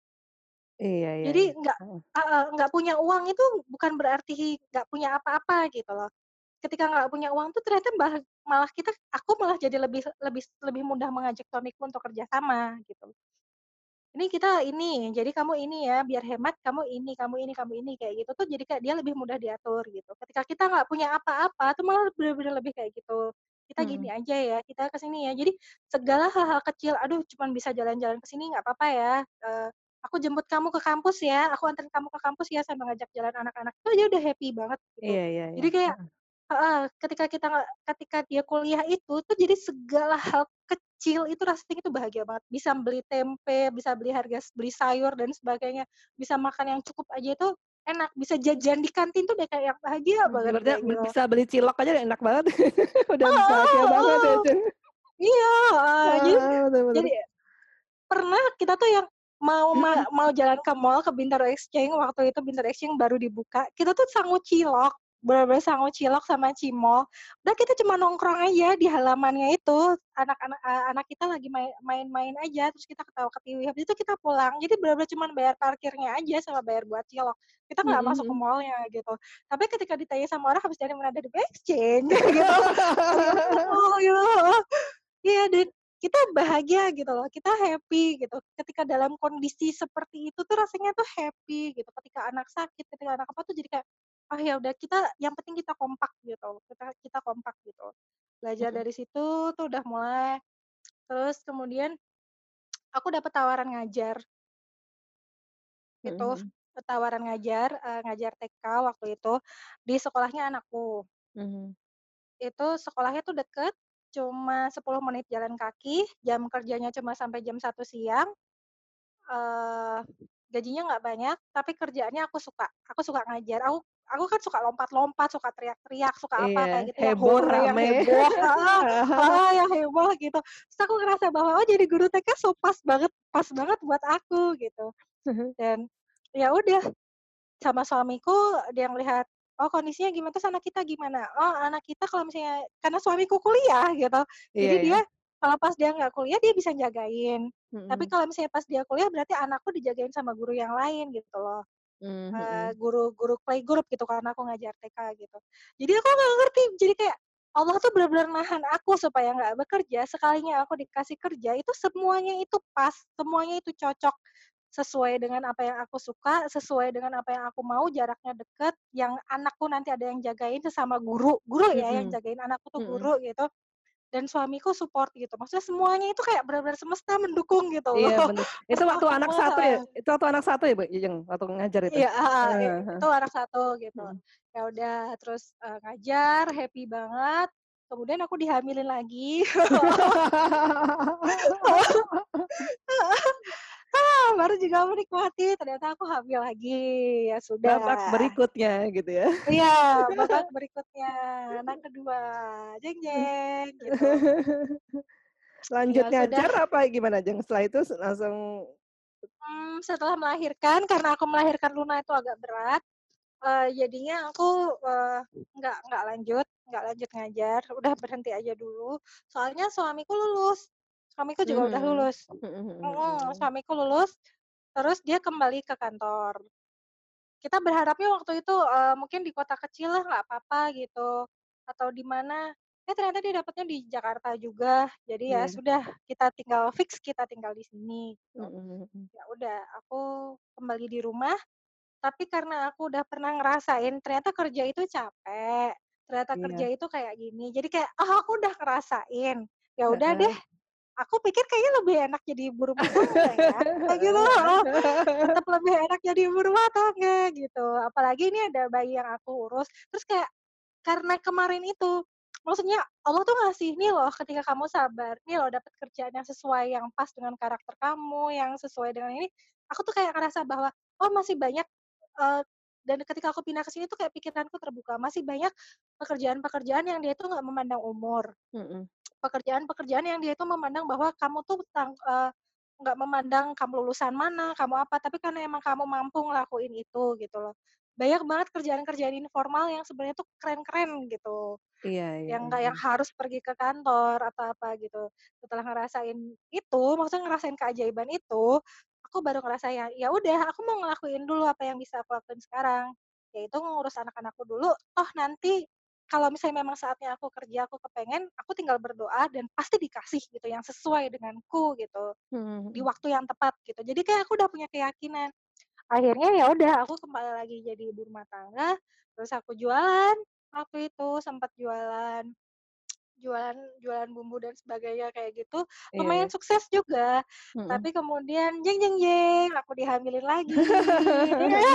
Iya iya Jadi iya. nggak Heeh. heeh, nggak punya uang itu bukan berarti nggak punya apa-apa gitu loh. Ketika nggak punya uang tuh ternyata mbah malah kita aku malah jadi lebih lebih lebih mudah mengajak suamiku untuk kerja sama gitu. ini kita ini, jadi kamu ini ya, biar hemat kamu ini, kamu ini, kamu ini, kayak gitu tuh jadi kayak dia lebih mudah diatur gitu. Ketika kita nggak punya apa-apa tuh malah bener-bener lebih kayak gitu, "Kita gini Mhm. aja ya, kita ke sini ya." Jadi segala hal-hal kecil, "Aduh cuman bisa jalan-jalan ke sini nggak apa-apa ya, eee, aku jemput kamu ke kampus ya, aku anterin kamu ke kampus ya," sambil ngajak jalan anak-anak, itu aja udah happy banget gitu. Iya iya iya, Jadi kayak heeh. heeh, ketika kita nggak ketika dia kuliah itu tuh jadi segala hal kecil itu rasanya itu bahagia banget. Bisa beli tempe, bisa beli harga beli sayur dan sebagainya, bisa makan yang cukup aja itu enak, bisa jajan di kantin tuh udah kayak bahagia Mmm, banget ibaratnya kayak be gitu. bisa beli cilok aja udah enak banget, udah Heeh bahagia banget heeh. itu. Iya, heeh, jadi Heeh, bener jadi bener. pernah kita tuh yang mau ma Mhm. mau jalan ke mall, ke Bintaro Exchange, waktu itu Bintaro Exchange baru dibuka, kita tuh sangu cilok, bener-bener sangu cilok sama cimol, udah kita cuma nongkrong aja di halamannya itu, anak-anak eee, anak kita lagi mai main-main aja, terus kita ketawa-ketiwi, habis itu kita pulang. Jadi bener-bener cuman bayar parkirnya aja sama bayar buat cilok. Kita Mhm nggak masuk ke mhm. mall-nya gitu. Tapi ketika ditanya sama orang, "Habis dari mana?" "Dari Exchange," kayak gitu. "Oh ya ampun," gitu, heeh. Iya, dan kita bahagia gitu loh, kita happy gitu. Ketika dalam kondisi seperti itu tuh rasanya tuh happy gitu. Ketika anak sakit, ketika anak apa tuh jadi kayak, "Oh ya udah kita yang penting kita kompak," gitu, kita kita kompak gitu. Belajar Mhm. dari situ tuh udah mulai, terus kemudian aku dapet tawaran ngajar Mhm itu, mhm. tawaran ngajar, eee, ngajar T K waktu itu di sekolahnya anakku. Mhm. Itu sekolahnya tuh deket, cuma sepuluh menit jalan kaki, jam kerjanya cuma sampai jam satu siang, eee, gajinya nggak banyak, tapi kerjaannya aku suka. Aku suka ngajar, aku aku kan suka lompat-lompat, suka teriak-teriak, suka apa, Iya, kayak gitu, yang heboh, hore, yang rame. heboh heeh heeh, yang heboh gitu. Terus aku ngerasa bahwa, oh jadi guru T K so pas banget pas banget buat aku gitu. Dan ya udah, sama suamiku dia ngelihat, "Oh kondisinya gimana? Terus anak kita gimana?" "Oh anak kita kalau misalnya" karena suamiku kuliah gitu, Iya jadi dia iya. kalau pas dia nggak kuliah dia bisa jagain. Tapi Mhm. kalau misalnya pas dia kuliah berarti anakku dijagain sama guru yang lain gitu loh, Mmm, eee, mhm. guru guru playgroup gitu karena aku ngajar T K gitu. Jadi aku nggak ngerti, jadi kayak Allah tuh bener-bener nahan aku supaya nggak bekerja, sekalinya aku dikasih kerja itu semuanya itu pas, semuanya itu cocok. Sesuai dengan apa yang aku suka, sesuai dengan apa yang aku mau, jaraknya deket, yang anakku nanti ada yang jagain sesama guru, guru ya yang Mhm. jagain anakku tuh Mhm. guru gitu, dan suamiku support gitu. Maksudnya semuanya itu kayak bener-bener semesta mendukung gitu Iya loh. bener. Itu waktu anak Semua satu ya? heeh. Itu waktu anak satu ya, Bu, Jejeng, waktu ngajar itu? Iya, heeh, i Heeh heeh. itu anak satu gitu. Mhm. Ya udah terus, eee, ngajar, happy banget, kemudian aku dihamilin lagi. Ah, baru juga menikmati, ternyata aku hamil lagi, ya Babak sudah. berikutnya gitu ya. Iya, babak berikutnya, anak kedua, jeng jeng, gitu. Lanjut Ya sudah, ngajar apa gimana, Jeng? Setelah itu s langsung mmm, setelah melahirkan, karena aku melahirkan Luna itu agak berat, eee, jadinya aku, eee, nggak nggak lanjut nggak lanjut ngajar, udah berhenti aja dulu. Soalnya suamiku lulus, suamiku juga udah mhm. lulus, Mhm mhm mhm, mhm. suamiku lulus, terus dia kembali ke kantor. Kita berharapnya waktu itu, eee, mungkin di kota kecil lah nggak apa-apa gitu, atau di mana, eh ternyata dia dapetnya di Jakarta juga. Jadi ya Iya. sudah, kita tinggal fix kita tinggal di sini gitu. Mhm mhm. Ya udah aku kembali di rumah, tapi karena aku udah pernah ngerasain ternyata kerja itu capek, ternyata kerja Iya. itu kayak gini, jadi kayak, "Oh aku udah ngerasain, ya udah deh, Heeh. aku pikir kayaknya lebih enak jadi ibu rumah tangga ya," kayak gitu heeh. Tetap lebih enak jadi ibu rumah tangga gitu, apalagi ini ada bayi yang aku urus, terus kayak karena kemarin itu, maksudnya Allah tuh ngasih, "Nih loh ketika kamu sabar, nih loh dapet kerjaan yang sesuai, yang pas dengan karakter kamu, yang sesuai dengan ini," aku tuh kayak ngerasa bahwa, oh masih banyak, eee, dan ketika aku pindah ke sini tuh kayak pikiranku terbuka, masih banyak pekerjaan-pekerjaan yang dia tuh nggak memandang umur. Mhm. Pekerjaan-pekerjaan yang dia itu memandang bahwa kamu tuh tang eee, nggak memandang kamu lulusan mana, kamu apa, tapi karena emang kamu mampu ngelakuin itu, gitu loh. Banyak banget kerjaan-kerjaan informal yang sebenarnya tuh keren-keren gitu, Iya iya yang iya nggak yang iya. harus pergi ke kantor atau apa gitu. Setelah ngerasain itu, maksudnya ngerasain keajaiban itu, aku baru ngerasa ya, ya udah aku mau ngelakuin dulu apa yang bisa aku lakuin sekarang, yaitu ngurus anak-anakku dulu, toh nanti kalau misalnya memang saatnya aku kerja, aku kepengen, aku tinggal berdoa dan pasti dikasih gitu yang sesuai denganku gitu, Mhm di mhm. waktu yang tepat gitu. Jadi kayak aku udah punya keyakinan. Akhirnya ya udah aku kembali lagi jadi ibu rumah tangga, terus aku jualan, waktu itu sempat jualan jualan jualan bumbu dan sebagainya kayak gitu, Iya lumayan iya. sukses juga. Mhm. Tapi kemudian jeng jeng jeng, aku dihamilin lagi.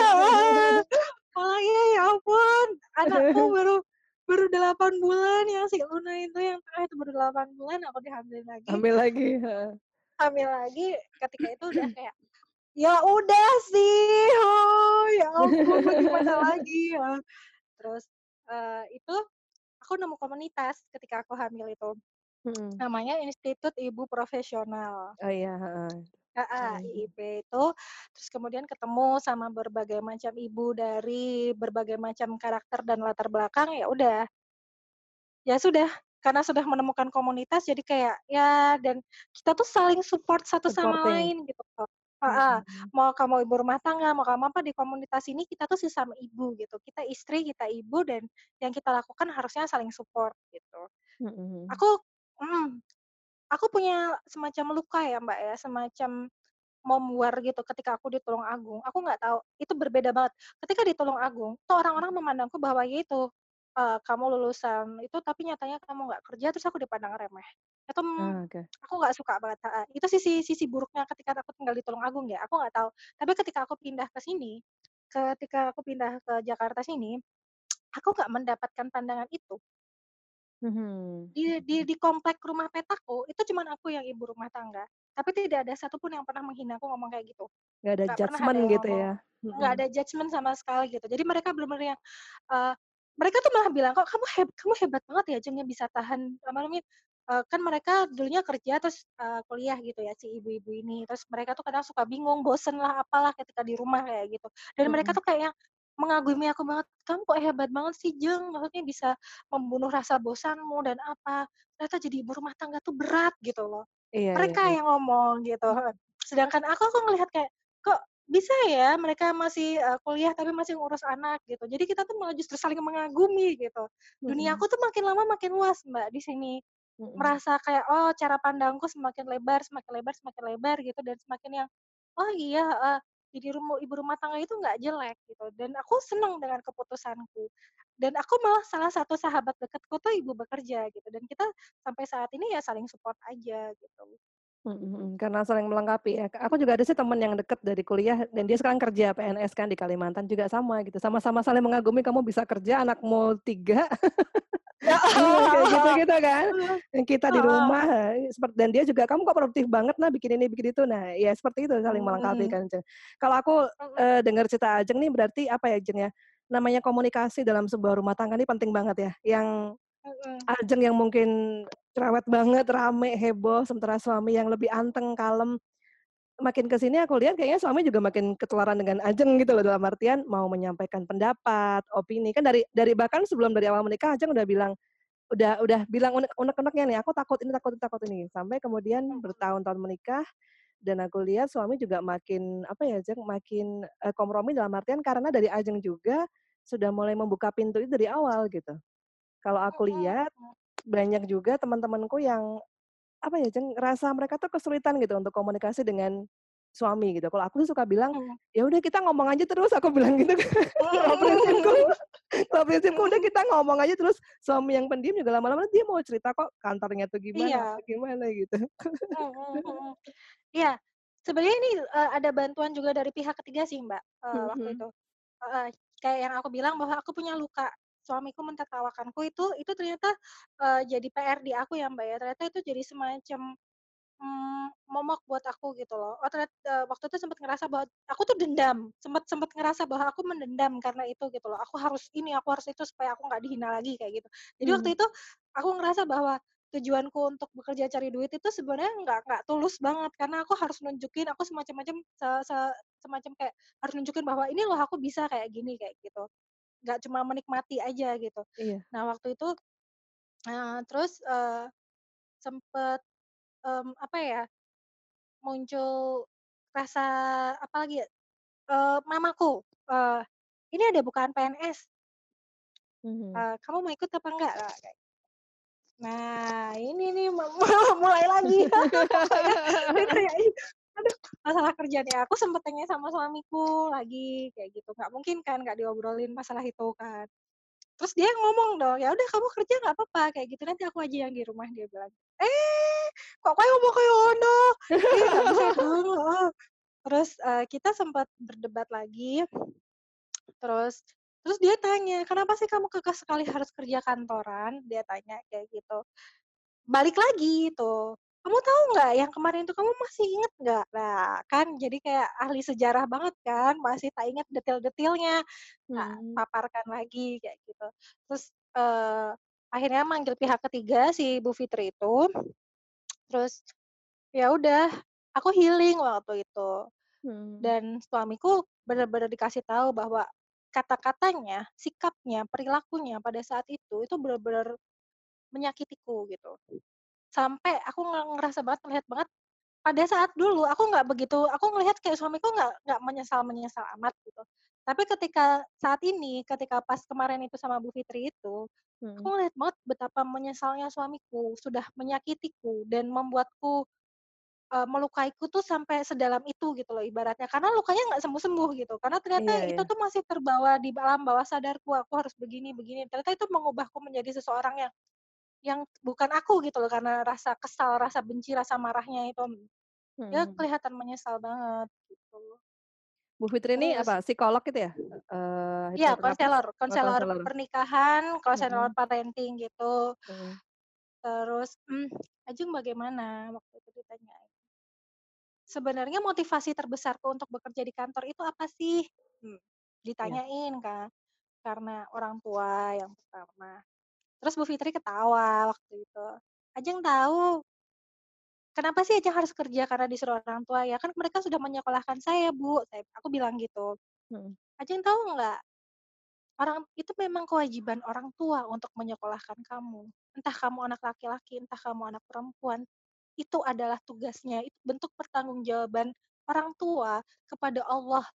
Oh iya, ya ampun, anakku baru baru delapan bulan, yang si Luna itu yang tengah itu baru delapan bulan aku dihamilin lagi, Hamil lagi, heeh. hamil lagi, ketika itu udah kayak, "Ya udah sih, oh ya ampun mau gimana lagi ya." Terus, eee, itu aku nemu komunitas ketika aku hamil itu, Mhm. namanya Institut Ibu Profesional. Oh iya, heeh. Heeh, Mhm mhm. I I P itu, terus kemudian ketemu sama berbagai macam ibu dari berbagai macam karakter dan latar belakang, ya udah, ya sudah, karena sudah menemukan komunitas jadi kayak ya dan kita tuh saling support satu sama Supporting. lain gitu loh. Mhm Heeh, mhm. mau kamu ibu rumah tangga, mau kamu apa, di komunitas ini kita tuh sesama ibu gitu. Kita istri, kita ibu, dan yang kita lakukan harusnya saling support gitu. Mhm mhm. Aku mhm, aku punya semacam luka ya, Mbak, ya, semacam Momwar gitu ketika aku di Tulungagung, aku nggak tahu, itu berbeda banget. Ketika di Tulungagung, tuh orang-orang memandangku bahwa ya itu, eee, kamu lulusan itu tapi nyatanya kamu nggak kerja, terus aku dipandang remeh. Itu, mmm, Ah, oke. aku nggak suka banget, heeh. Itu sisi sisi buruknya ketika aku tinggal di Tulungagung ya, aku nggak tahu. Tapi ketika aku pindah ke sini, ketika aku pindah ke Jakarta sini, aku nggak mendapatkan pandangan itu. Mhm. Di di di komplek rumah petaku, itu cuman aku yang ibu rumah tangga, tapi tidak ada satupun yang pernah menghinaku ngomong kayak gitu. Nggak ada Nggak pernah ada judgement yang gitu ngomong, ya? nggak Mhm. ada judgement sama sekali gitu. Jadi mereka bener-bener yang, eee, mereka tuh malah bilang, "Kok kamu heb kamu hebat banget ya Jeng, yang bisa tahan," apa namanya, eee, kan mereka dulunya kerja terus, eee, kuliah gitu ya si ibu-ibu ini, terus mereka tuh kadang suka bingung, bosen lah, apalah ketika di rumah kayak gitu. Dan mereka Mhm. tuh kayak yang mengagumi aku banget, "Kamu kok hebat banget sih Jeng, maksudnya bisa membunuh rasa bosanmu dan apa, ternyata jadi ibu rumah tangga tuh berat," gitu loh. Iya iya Mereka iya. yang ngomong gitu, heeh. Sedangkan aku aku ngelihat kayak, kok bisa ya mereka masih, eee, kuliah tapi masih ngurus anak gitu. Jadi kita tuh malah justru saling mengagumi gitu. Mhm. Duniaku tuh makin lama makin luas Mbak di sini. Mhm. Merasa kayak, oh cara pandangku semakin lebar semakin lebar semakin lebar gitu dan semakin yang, oh iya, heeh, jadi rumu ibu rumah tangga itu nggak jelek gitu dan aku seneng dengan keputusanku. Dan aku malah salah satu sahabat dekatku tuh ibu bekerja gitu dan kita sampai saat ini ya saling support aja gitu. Mhm mhm, karena saling melengkapi ya. Aku juga ada sih temen yang deket dari kuliah dan dia sekarang kerja P N S kan di Kalimantan juga sama gitu, sama-sama saling mengagumi kamu bisa kerja, anakmu tiga kayak gitu-gitu kan. Dan kita di Heeh. rumah, eee, sepert dan dia juga, "Kamu kok produktif banget Nah, bikin ini, bikin itu." Nah, ya seperti itu saling melengkapi Mhm, kan, Jeng. Kalau aku, mhm, eee, dengar cerita Ajeng nih berarti apa ya, Jeng, ya, namanya komunikasi dalam sebuah rumah tangga ini penting banget ya, yang mhm, Ajeng yang mungkin cerewet banget, rame, heboh, sementara suami yang lebih anteng, kalem. Makin ke sini aku lihat kayaknya suami juga makin ketularan dengan Ajeng gitu loh, dalam artian mau menyampaikan pendapat, opini, kan dari dari bahkan sebelum dari awal menikah Ajeng udah bilang udah udah bilang unek unek-uneknya nih, "Aku takut ini takut ini takut ini." Sampai kemudian mhm, bertahun-tahun menikah dan aku lihat suami juga makin, apa ya, Jeng, makin, eee, kompromi dalam artian karena dari Ajeng juga sudah mulai membuka pintu itu dari awal gitu. Kalau aku lihat mhm, banyak juga teman-temanku yang, apa ya, Jeng, ngerasa mereka tuh kesulitan gitu untuk komunikasi dengan suami gitu. Kalau aku sih suka bilang, mhm. "Ya udah kita ngomong aja terus," aku bilang gitu kan. Kalau prinsipku kalau prinsipku udah kita ngomong aja terus, suami yang pendiam juga lama-lama dia mau cerita kok kantornya tuh gimana, apa Iya, gimana gitu. mhm mhm. Iya, sebenarnya ini, eee, ada bantuan juga dari pihak ketiga sih, Mbak, eee, waktu Mhm. itu. Heeh, kayak yang aku bilang bahwa aku punya luka, suamiku mentertawakanku itu itu ternyata, eee, jadi P R di aku ya, Mbak, ya, ternyata itu jadi semacam Mmm, momok buat aku gitu loh. Oh ternyat eee, waktu itu sempet ngerasa bahwa aku tuh dendam, sempet sempet ngerasa bahwa aku mendendam karena itu gitu loh. Aku harus ini, aku harus itu supaya aku nggak dihina lagi kayak gitu. Jadi waktu Mhm. itu aku ngerasa bahwa tujuanku untuk bekerja cari duit itu sebenarnya nggak nggak tulus banget karena aku harus nunjukin aku semacam-macam se se semacam kayak harus nunjukin bahwa, "Ini loh aku bisa kayak gini," kayak gitu. Nggak cuma menikmati aja gitu. Iya. Nah waktu itu, eee, terus, eee, sempet, mmm, apa ya, muncul rasa apalagi ya, eee, mamaku, eee, "Ini ada bukaan P N S, Mhm. eee, "Kamu mau ikut apa enggak?" Nah, kayak nah, ini nih me mulai lagi. Pokoknya itu ya ih, aduh masalah kerjaan ya, aku sempet tanya sama suamiku lagi kayak gitu, nggak mungkin kan nggak diobrolin masalah itu kan. Terus dia ngomong dong, "Ya udah kamu kerja nggak apa-apa," kayak gitu, "nanti aku aja yang di rumah," dia bilang. Eh, kok kowe ngomong kaya ngono? Ih, nggak bisa dong, heeh. Terus, eee, kita sempat berdebat lagi, terus terus dia tanya, "Kenapa sih kamu kekeh sekali harus kerja kantoran?" Dia tanya kayak gitu. Balik lagi itu, "Kamu tahu nggak yang kemarin itu kamu masih inget nggak?" Nah, kan jadi kayak ahli sejarah banget kan, masih tak ingat detail-detailnya, tak Mhm. paparkan lagi kayak gitu. Terus, eee, akhirnya manggil pihak ketiga si Bu Fitri itu, terus ya udah, aku healing waktu itu. Mhm. Dan suamiku bener-bener dikasih tahu bahwa kata-katanya, sikapnya, perilakunya pada saat itu, itu bener-bener menyakitiku gitu. Sampai aku nge ngerasa banget, ngelihat banget, pada saat dulu aku nggak begitu aku ngelihat kayak suamiku nggak nggak menyesal-menyesal amat gitu. Tapi ketika saat ini, ketika pas kemarin itu sama Bu Fitri itu, aku Mhm. ngelihat banget betapa menyesalnya suamiku, sudah menyakitiku dan membuatku, eee, melukaiku tuh sampai sedalam itu gitu loh ibaratnya, karena lukanya nggak sembuh-sembuh gitu, karena ternyata Iya itu iya. tuh masih terbawa di alam bawah sadarku, aku harus begini begini, ternyata itu mengubahku menjadi seseorang yang yang bukan aku gitu loh, karena rasa kesal, rasa benci, rasa marahnya itu, Mhm ya mhm. kelihatan menyesal banget gitu. Bu Fitri ini Terus apa, psikolog gitu ya? Eee, iya hipnoterapis? konselor Oh, konselor konselor? pernikahan, konselor Mhm. parenting gitu. Mhm. Terus, mmm, "Ajeng bagaimana?" Waktu itu ditanyain. "Sebenarnya motivasi terbesarku untuk bekerja di kantor itu apa sih?" Mmm, Iya. ditanyain kan, karena orang tua yang pertama. Terus Bu Fitri ketawa waktu itu, "Ajeng tahu kenapa sih Ajeng harus kerja karena disuruh orang tua ya? Kan mereka sudah menyekolahkan saya Bu," saya aku bilang gitu. Mhm. "Ajeng tahu nggak, orang itu memang kewajiban orang tua untuk menyekolahkan kamu. Entah kamu anak laki-laki, entah kamu anak perempuan, itu adalah tugasnya, itu bentuk pertanggungjawaban orang tua kepada Allah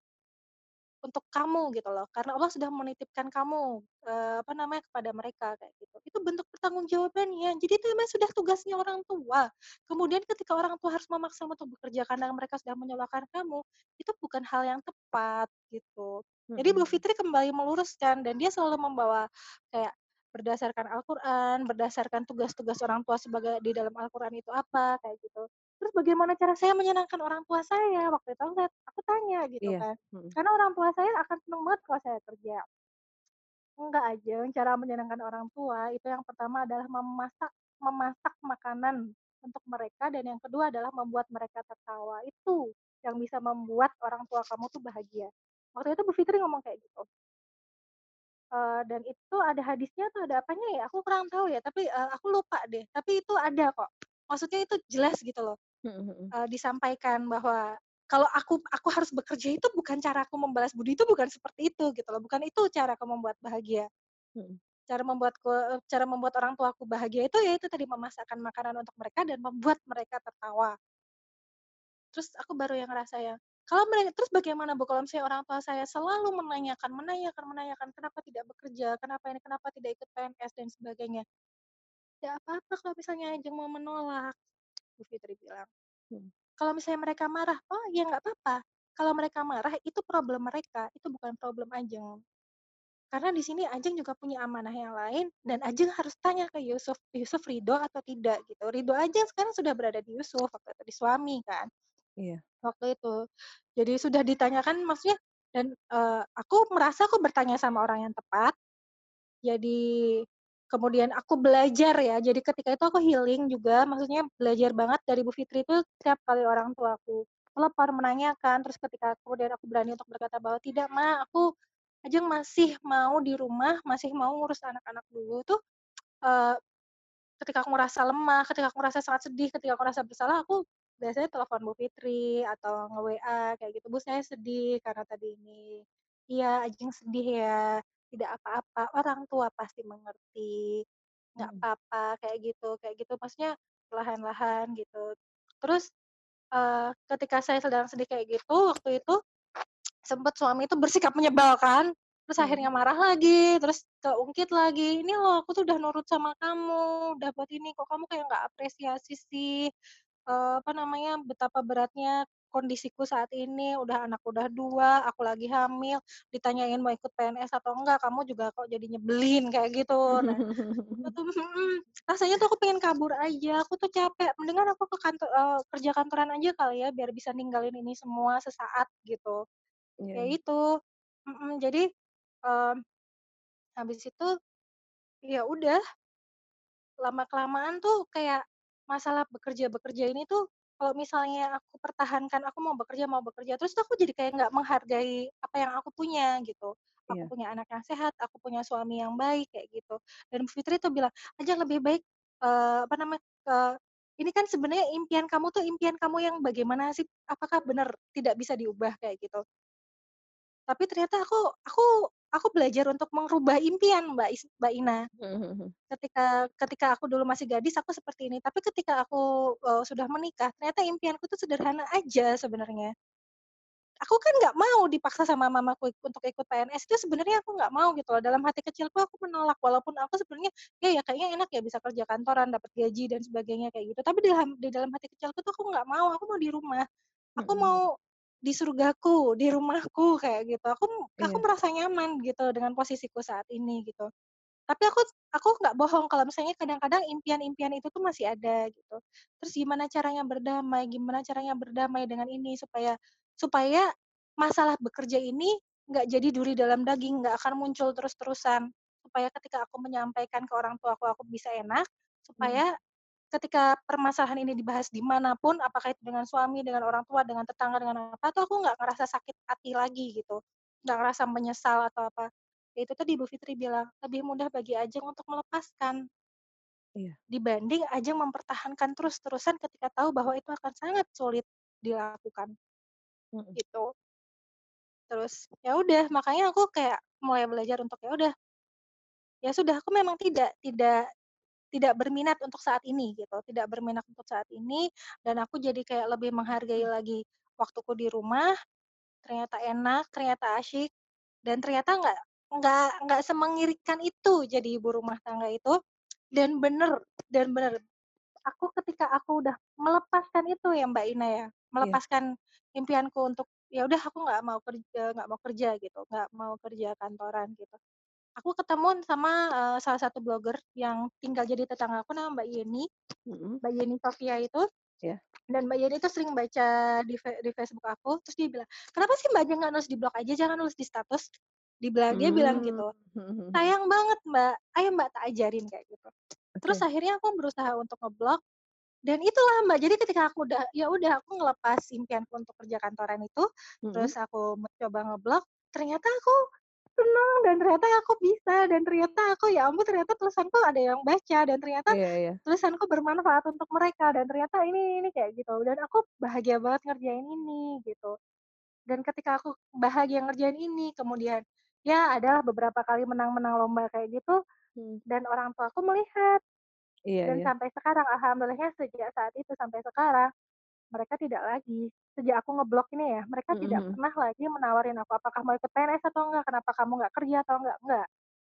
untuk kamu gitu loh, karena Allah sudah menitipkan kamu, eee, apa namanya, kepada mereka kayak gitu. Itu bentuk pertanggungjawabannya, jadi itu memang sudah tugasnya orang tua. Kemudian ketika orang tua harus memaksamu untuk bekerja karena mereka sudah menyekolahkan kamu, itu bukan hal yang tepat gitu. Jadi Bu Mhm. Fitri kembali meluruskan dan dia selalu membawa kayak berdasarkan Al-Qur'an, berdasarkan tugas-tugas orang tua sebagai di dalam Al-Qur'an itu apa, kayak gitu. Terus bagaimana cara saya menyenangkan orang tua saya? Waktu itu aku aku tanya gitu Iya. kan. Mhm. Karena orang tua saya akan seneng banget kalau saya kerja. Enggak Ajeng, cara menyenangkan orang tua itu yang pertama adalah memasak memasak makanan untuk mereka dan yang kedua adalah membuat mereka tertawa. Itu yang bisa membuat orang tua kamu tuh bahagia. Waktu itu Bu Fitri ngomong kayak gitu. Eee, dan itu ada hadisnya atau ada apanya ya, aku kurang tahu ya, tapi, eee, aku lupa deh. Tapi itu ada kok. Maksudnya itu jelas gitu loh. Mhm mhm. Eee, disampaikan bahwa kalau aku aku harus bekerja itu bukan cara aku membalas budi itu bukan seperti itu gitu loh, bukan itu cara aku membuat bahagia. Mhm. Cara membuatku eee, cara membuat orang tuaku bahagia itu ya itu tadi memasakkan makanan untuk mereka dan membuat mereka tertawa. Terus aku baru yang ngerasa ya, kalau mere terus bagaimana Bu kalau misalnya orang tua saya selalu menanyakan menanyakan menanyakan, "Kenapa tidak bekerja? Kenapa ini? Kenapa tidak ikut P N S?" Dan sebagainya. "Tidak apa-apa kalau misalnya Ajeng mau menolak," Bu Fitri bilang. Mhm. Kalau misalnya mereka marah, "Oh ya nggak apa-apa. Kalau mereka marah itu problem mereka, itu bukan problem Ajeng. Karena di sini Ajeng juga punya amanah yang lain dan Ajeng harus tanya ke Yusuf, Yusuf ridho atau tidak," gitu. Ridho Ajeng sekarang sudah berada di Yusuf, waktu itu di suami kan, Iya. waktu itu. Jadi sudah ditanyakan maksudnya dan, eee, aku merasa aku bertanya sama orang yang tepat, jadi kemudian aku belajar ya, jadi ketika itu aku healing juga, maksudnya belajar banget dari Bu Fitri itu setiap kali orang tuaku telepon menanyakan, terus ketika kemudian aku berani untuk berkata bahwa, "Tidak Ma, aku Ajeng masih mau di rumah, masih mau ngurus anak-anak dulu," tuh, eee, ketika aku ngerasa lemah, ketika aku ngerasa sangat sedih, ketika aku ngerasa bersalah, aku biasanya telepon Bu Fitri atau nge-W A kayak gitu, "Bu saya sedih karena tadi ini." "Iya Ajeng sedih ya, tidak apa-apa, orang tua pasti mengerti, nggak Mhm. apa-apa," kayak gitu kayak gitu, maksudnya perlahan-lahan gitu. Terus, eee, ketika saya sedang sedih kayak gitu, waktu itu sempet suami itu bersikap menyebalkan. Terus Mhm. akhirnya marah lagi, terus keungkit lagi, "Ini loh aku tuh udah nurut sama kamu, udah buat ini, kok kamu kayak nggak apresiasi sih, eee, apa namanya, betapa beratnya kondisiku saat ini, udah anak udah dua, aku lagi hamil, ditanyain mau ikut P N S atau enggak, kamu juga kok jadi nyebelin," kayak gitu. Nah, aku tuh mhm, rasanya tuh aku pengen kabur aja, aku tuh capek, mendingan aku ke kantor eee, kerja kantoran aja kali ya, biar bisa ninggalin ini semua sesaat gitu, Iya iya. kayak itu. Mhm, jadi, mmm, habis itu, ya udah, lama-kelamaan tuh kayak masalah bekerja-bekerja ini tuh kalau misalnya aku pertahankan, aku mau bekerja mau bekerja, terus tuh aku jadi kayak nggak menghargai apa yang aku punya gitu. Aku Iya. punya anak yang sehat, aku punya suami yang baik kayak gitu. Dan Bu Fitri tuh bilang, "Ajeng lebih baik, eee, apa namanya, eee, ini kan sebenarnya impian kamu tuh impian kamu yang bagaimana sih? Apakah benar tidak bisa diubah?" Kayak gitu. Tapi ternyata aku aku aku belajar untuk merubah impian Mbak Is Mbak Ina. Mhm mhm mhm. Ketika ketika aku dulu masih gadis aku seperti ini, tapi ketika aku, eee, sudah menikah ternyata impianku tuh sederhana aja sebenarnya. Aku kan nggak mau dipaksa sama mamaku untuk ikut P N S, itu sebenarnya aku nggak mau gitu loh, dalam hati kecilku aku menolak, walaupun aku sebenarnya, ya ya kayaknya enak ya bisa kerja kantoran, dapat gaji dan sebagainya kayak gitu, tapi di dalam di dalam hati kecilku tuh aku nggak mau, aku mau di rumah, aku Mhm mhm. mau di surgaku, di rumahku kayak gitu, aku aku Iya. merasa nyaman gitu dengan posisiku saat ini gitu. Tapi aku aku nggak bohong kalau misalnya kadang-kadang impian-impian itu tuh masih ada gitu. Terus gimana caranya berdamai gimana caranya berdamai dengan ini supaya supaya masalah bekerja ini nggak jadi duri dalam daging, nggak akan muncul terus-terusan. Supaya ketika aku menyampaikan ke orang tuaku aku bisa enak, Mhm. supaya ketika permasalahan ini dibahas di mana pun, apakah itu dengan suami, dengan orang tua, dengan tetangga, dengan apa, tuh aku nggak ngerasa sakit hati lagi gitu, nggak ngerasa menyesal atau apa. Ya itu tadi Bu Fitri bilang, lebih mudah bagi Ajeng untuk melepaskan, Iya. dibanding Ajeng mempertahankan terus-terusan ketika tahu bahwa itu akan sangat sulit dilakukan, Mhm. gitu. Terus, ya udah makanya aku kayak mulai belajar untuk ya udah, ya sudah aku memang tidak tidak tidak berminat untuk saat ini gitu, tidak berminat untuk saat ini dan aku jadi kayak lebih menghargai lagi waktuku di rumah, ternyata enak, ternyata asyik, dan ternyata nggak nggak nggak semengirikan itu jadi ibu rumah tangga itu, dan bener dan bener, aku ketika aku udah melepaskan itu ya Mbak Ina ya, Iya. melepaskan impianku untuk, ya udah aku nggak mau kerja nggak mau kerja gitu, nggak mau kerja kantoran gitu. Aku ketemuan sama, eee, salah satu blogger yang tinggal jadi tetanggaku nama Mbak Yeni, Mhm. Mbak Yeni Sofia itu, Iya. dan Mbak Yeni itu sering baca di fe di Facebook aku, terus dia bilang, "Kenapa sih Mbak Ajeng nggak nulis di blog aja, jangan nulis di status?" Dibilang dia bilang Mmm. gitu. Mhm mhm mhm. "Sayang banget Mbak, ayo Mbak tak ajarin," kayak gitu. Terus Oke. akhirnya aku berusaha untuk ngeblog dan itulah Mbak, jadi ketika aku udah ya udah aku ngelepas impianku untuk kerja kantoran itu, Mhm. terus aku mencoba ngeblog, ternyata aku senang dan ternyata aku bisa dan ternyata aku ya ampun ternyata tulisanku ada yang baca dan ternyata Iya iya. tulisanku bermanfaat untuk mereka dan ternyata ini ini kayak gitu dan aku bahagia banget ngerjain ini gitu. Dan ketika aku bahagia ngerjain ini kemudian ya adalah beberapa kali menang-menang lomba kayak gitu Mmm. dan orang tuaku melihat Iya dan iya. sampai sekarang alhamdulillahnya sejak saat itu sampai sekarang mereka tidak lagi sejak aku ngeblok ini ya, mereka Mhm tidak mhm. pernah lagi menawarin aku, "Apakah mau ikut P N S atau enggak? Kenapa kamu nggak kerja atau enggak?" Enggak.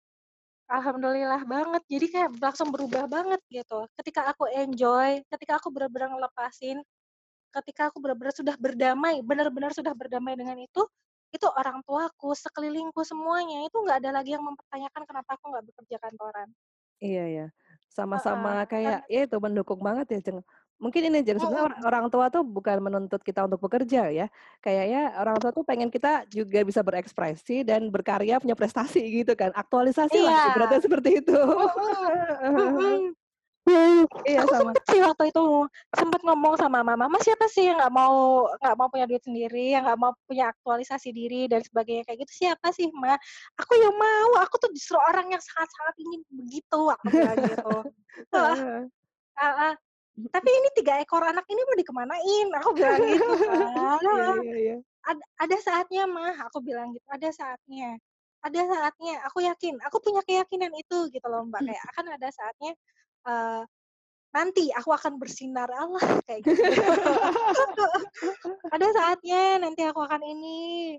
Alhamdulillah banget, jadi kayak langsung berubah banget gitu. Ketika aku enjoy, ketika aku bener-bener ngelepasin, ketika aku bener-bener sudah berdamai, benar-benar sudah berdamai dengan itu, itu orang tuaku, sekelilingku semuanya, itu nggak ada lagi yang mempertanyakan kenapa aku nggak bekerja kantoran. Iya ya. Sama-sama Heeh, kayak karena ya itu mendukung banget ya, Jeng. Mungkin ini Jeng, sebenarnya or mhm, orang tua tuh bukan menuntut kita untuk bekerja ya. Kayaknya orang tua tuh pengen kita juga bisa berekspresi dan berkarya, punya prestasi gitu kan. Aktualisasi lah iya, ibaratnya seperti itu. mhm, mhm. Hmm, Iya aku sama. sempet sih waktu itu, sempet ngomong sama mama, "Mama siapa sih yang nggak mau nggak mau punya duit sendiri, yang nggak mau punya aktualisasi diri dan sebagainya kayak gitu, siapa sih, Ma? Aku yang mau, aku tuh justru orang yang sangat-sangat ingin begitu," aku bilang gitu. Heeh Heeh. heeh, "Tapi ini tiga ekor anak ini mau dikemanain?" Aku bilang gitu kan, Iya heeh. iya iya. "Ad ada saatnya, Mah," aku bilang gitu, "ada saatnya ada saatnya, aku yakin, aku punya keyakinan itu," gitu loh, Mbak, kayak akan ada saatnya, eee nanti aku akan bersinar, Allah kayak gitu. Ada saatnya nanti aku akan ini.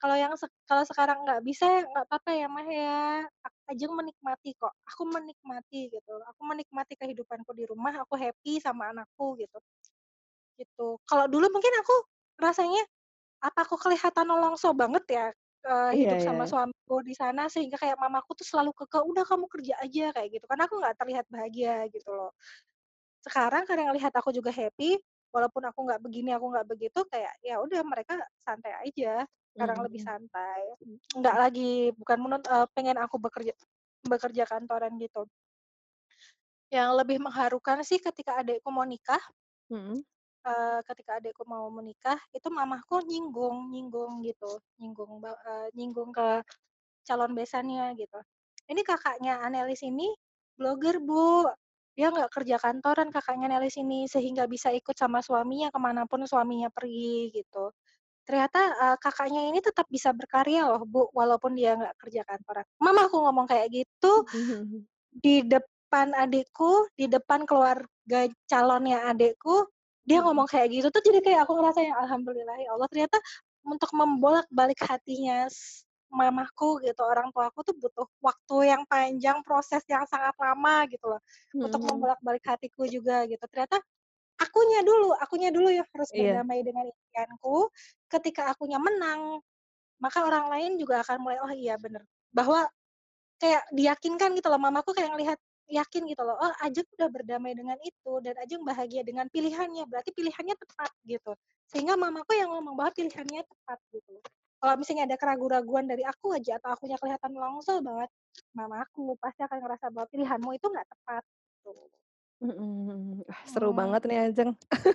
kalau yang sek kalau sekarang nggak bisa ya nggak apa-apa ya, Mah, ya. Ak Ajeng menikmati kok. Aku menikmati gitu. Aku menikmati kehidupanku di rumah, aku happy sama anakku gitu. Gitu. Kalau dulu mungkin aku rasanya, apa aku kelihatan nolongso banget ya, eee, Iya hidup sama iya. suamiku di sana sehingga kayak mamaku tuh selalu kekeh, "Udah kamu kerja aja," kayak gitu. Karena aku nggak terlihat bahagia gitu loh. Sekarang karena ngelihat aku juga happy, walaupun aku nggak begini, aku nggak begitu, kayak ya udah mereka santai aja, sekarang lebih Mhm. santai. Nggak lagi bukan menunt eee, pengen aku bekerja bekerja kantoran gitu. Yang lebih mengharukan sih ketika adekku mau nikah, Mhm. eee, ketika adekku mau menikah, itu mamahku nyinggung nyinggung gitu, nyinggung ba eee, nyinggung ke calon besannya gitu. "Ini kakaknya Anelis ini blogger, Bu. Dia nggak kerja kantoran kakaknya Nelis ini, sehingga bisa ikut sama suaminya ke mana pun suaminya pergi," gitu. "Ternyata, eee, kakaknya ini tetap bisa berkarya loh, Bu, walaupun dia nggak kerja kantoran." Mamaku ngomong kayak gitu Mhm mhm. di depan adikku, di depan keluarga calonnya adikku, dia Mhm. ngomong kayak gitu tuh jadi kayak aku ngerasa ya alhamdulillah ya Allah ternyata untuk membolak-balik hatinya s mamahku gitu, orang tuaku tuh butuh waktu yang panjang, proses yang sangat lama gitu loh, untuk Mhm. membolak-balik hatiku juga gitu. Ternyata akunya dulu akunya dulu yang harus Iya. berdamai dengan impianku, ketika akunya menang, maka orang lain juga akan mulai, "Oh iya bener." Bahwa kayak diyakinkan gitu loh, mamaku kayak ngelihat yakin gitu loh, "Oh Ajeng udah berdamai dengan itu dan Ajeng bahagia dengan pilihannya, berarti pilihannya tepat," gitu. Sehingga mamaku yang ngomong bahwa pilihannya tepat gitu. Kalau misalnya ada keraguan-raguan dari aku aja atau akunya kelihatan nelongso banget, mamaku pasti akan ngerasa bahwa pilihanmu itu nggak tepat, gitu. Mhm mhm. Wah, seru Mmm. banget nih, Ajeng.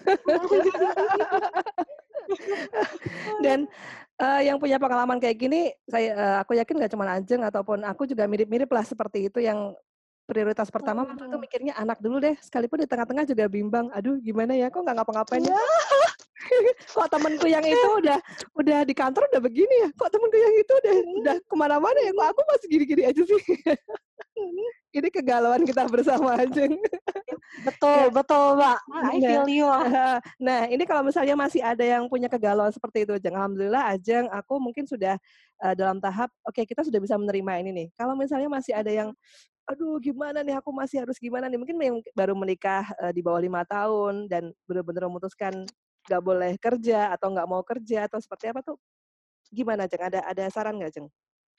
Dan, eee, yang punya pengalaman kayak gini, saya eee, aku yakin nggak cuman Ajeng ataupun aku juga mirip-mirip lah seperti itu yang prioritas pertama Mhm waktu itu mhm. mikirnya anak dulu deh, sekalipun di tengah-tengah juga bimbang, "Aduh gimana ya, kok nggak ngapa-ngapain ya, Iya. kok kok temenku yang itu udah udah di kantor udah begini ya, kok temenku yang itu udah udah Mhm. ke mana-mana ya, kok Mhm. aku masih gini-gini aja sih." Mhm. Ini kegalauan kita bersama, Ajeng. Yap, betul Iya. betul, Mbak. I Nah feel you. heeh. Nah, ini kalau misalnya masih ada yang punya kegalauan seperti itu, Ajeng, alhamdulillah Ajeng, aku mungkin sudah, eee, dalam tahap, oke kita sudah bisa menerima ini nih. Kalau misalnya masih ada yang, Mhm. "Aduh gimana nih, aku masih harus gimana nih?" Mungkin yang baru menikah, eee, di bawah lima tahun dan bener-bener memutuskan nggak boleh kerja atau nggak mau kerja atau seperti apa tuh, gimana, Jeng? Ada ada saran nggak, Jeng?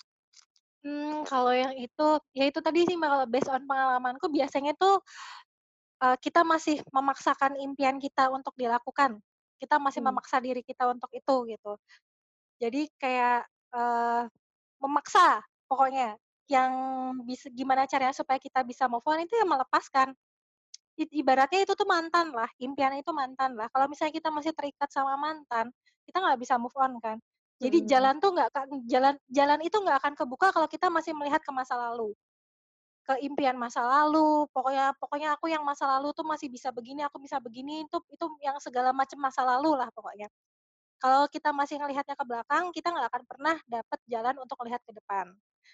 Mmm, kalau yang itu, ya itu tadi sih, Mbak, kalau based on pengalamanku biasanya tuh, eee, kita masih memaksakan impian kita untuk dilakukan. Kita masih Mmm. memaksa diri kita untuk itu, gitu. Jadi kayak, eee, memaksa pokoknya, yang bis gimana caranya supaya kita bisa move on itu ya melepaskan. I ibaratnya itu tuh mantan lah, impian itu mantan lah. Kalau misalnya kita masih terikat sama mantan, kita nggak bisa move on kan. Mhm Jadi mhm. jalan tuh nggak akan jalan jalan itu nggak akan kebuka kalau kita masih melihat ke masa lalu. Ke impian masa lalu, pokoknya pokoknya aku yang masa lalu tuh masih bisa begini, aku bisa begini, itu itu yang segala macam masa lalu lah pokoknya. Kalau kita masih ngelihatnya ke belakang, kita nggak akan pernah dapet jalan untuk melihat ke depan.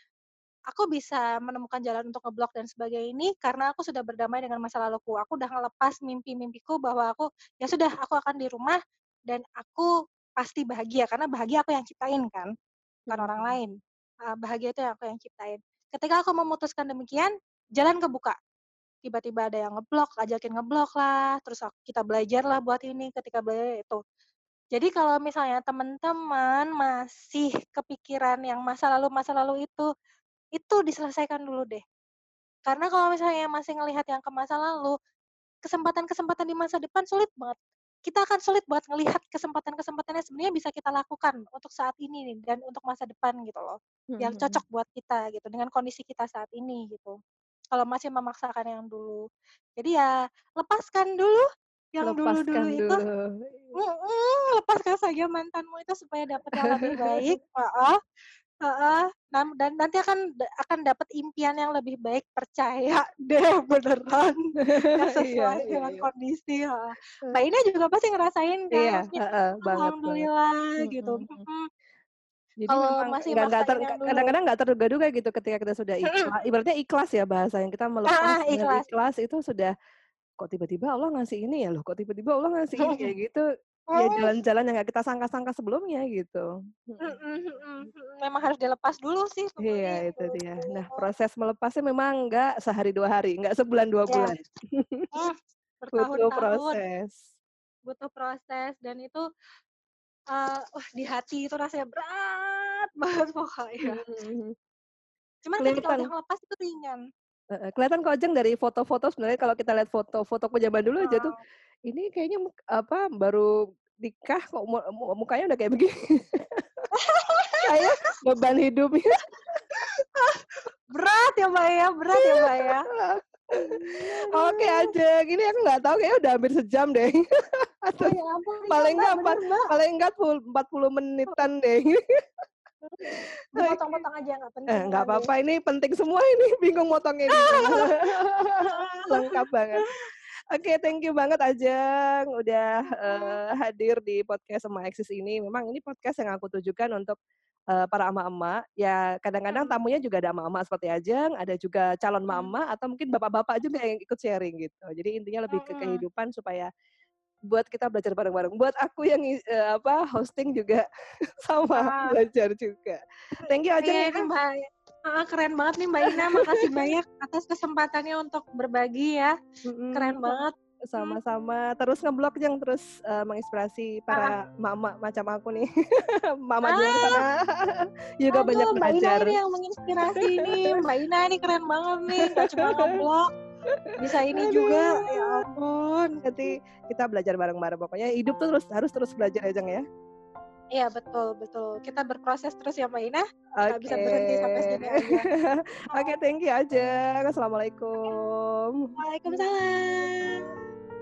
Aku bisa menemukan jalan untuk ngeblok dan sebagainya ini karena aku sudah berdamai dengan masa laluku. Aku udah ngelepas mimpi-mimpiku bahwa aku, ya sudah aku akan di rumah dan aku pasti bahagia, karena bahagia aku yang ciptain kan, bukan Mhm orang mhm. lain. Eee, bahagia itu yang aku yang ciptain. Ketika aku memutuskan demikian, jalan kebuka. Tiba-tiba ada yang ngeblok, ajakin ngeblok lah, terus ak kita belajar lah buat ini, ketika belajar itu. Jadi kalau misalnya teman-teman masih kepikiran yang masa lalu masa lalu itu, itu diselesaikan dulu deh. Karena kalau misalnya masih ngelihat yang ke masa lalu, kesempatan-kesempatan di masa depan sulit banget. Kita akan sulit banget ngelihat kesempatan-kesempatan yang sebenarnya bisa kita lakukan untuk saat ini nih dan untuk masa depan gitu loh, Mhm yang mhm. cocok buat kita gitu, dengan kondisi kita saat ini gitu. Kalau masih memaksakan yang dulu. Jadi ya lepaskan dulu yang dulu-dulu Lepaskan itu. dulu. Mhm, lepaskan saja mantanmu itu supaya dapat yang lebih baik, heeh, heeh, nam dan nanti akan da akan dapat impian yang lebih baik, percaya deh beneran, yang Iya sesuai iya dengan iya. kondisi, heeh. Mbak Eee. Ina juga pasti ngerasain kan, Iya, maksudnya heeh, banget banget. alhamdulillah Mhm gitu, mhm. mhm. Jadi Kalau memang masih nggak nggak ter maksain ka yang dulu. kadang-kadang nggak terduga-duga gitu ketika kita sudah Mhm. ikhla ibaratnya ikhlas ya bahasa yang kita melepas Heeh, dengan ikhlas. ikhlas itu sudah, kok tiba-tiba Allah ngasih ini ya, loh kok tiba-tiba Allah ngasih ini, kayak gitu. ya Oh. jalan-jalan yang nggak kita sangka-sangka sebelumnya gitu. Mhm Mhm. mhm mhm. Memang harus dilepas dulu sih Iya pokoknya itu gitu. dia. Nah proses melepasnya memang nggak sehari dua hari, nggak sebulan dua Ya, bulan. mmm, Butuh bertahun-tahun, proses. butuh proses dan itu, eee, wah di hati itu rasanya berat banget pokoknya. Mhm mhm. Cuman ketika udah Kelihatan ngelepas itu ringan. heeh, kelihatan kok Jeng dari foto-foto sebenarnya kalau kita lihat foto-fotoku zaman dulu aja tuh, Heeh. ini kayaknya muk apa, baru nikah kok mu mu mukanya udah kayak begini. Kayaknya beban hidupnya. Berat ya, Mbak, ya, berat ya, Mbak, ya. Oke Aduh. Ajeng, ini aku nggak tahu kayaknya udah hampir sejam deh. Oh Aduh, ya ampun, iya, paling Mbak, enggak empat bener, Mbak. paling enggak pul empat puluh menitan deh. Oke. Dipotong-potong aja nggak Eh, penting nggak lagi. apa-apa ini penting semua ini, bingung motongnya di mana. Lengkap banget. Oke, thank you banget Ajeng udah, Mhm, eee, hadir di podcast Emak Eksis ini. Memang ini podcast yang aku tujukan untuk, eee, para emak-emak, ya kadang-kadang mhm, tamunya juga ada emak-emak seperti Ajeng, ada juga calon mhm, emak-emak atau mungkin bapak-bapak juga yang ikut sharing gitu. Jadi intinya lebih ke mhm. kehidupan supaya buat kita belajar bareng-bareng. Buat aku yang i eee, apa, hosting juga sama Heeh. belajar juga. Thank you Iya Ajeng ya. ini, Mbak, heeh, keren banget nih, Mbak Ina, makasih banyak atas kesempatannya untuk berbagi ya. Mhm, Keren sam banget. Mhm, sama-sama. Terus ngeblog Jeng, terus, eee, menginspirasi heeh. para emak-emak macam aku nih. Mama di luar Ah, sana juga banyak aduh, Mbak Ina belajar. ini yang menginspirasi nih, Mbak Ina ini keren banget nih, nggak cuma ngeblog, bisa ini juga, ya Aduh, ampun. nanti kita belajar bareng-bareng. Pokoknya hidup tuh terus harus terus belajar ya, Jeng, ya. Iya betul betul, kita berproses terus ya, Mbak Ina, nggak bisa Oke. berhenti sampai sini aja. Oke, thank you Ajeng. Assalamualaikum. Waalaikumsalam.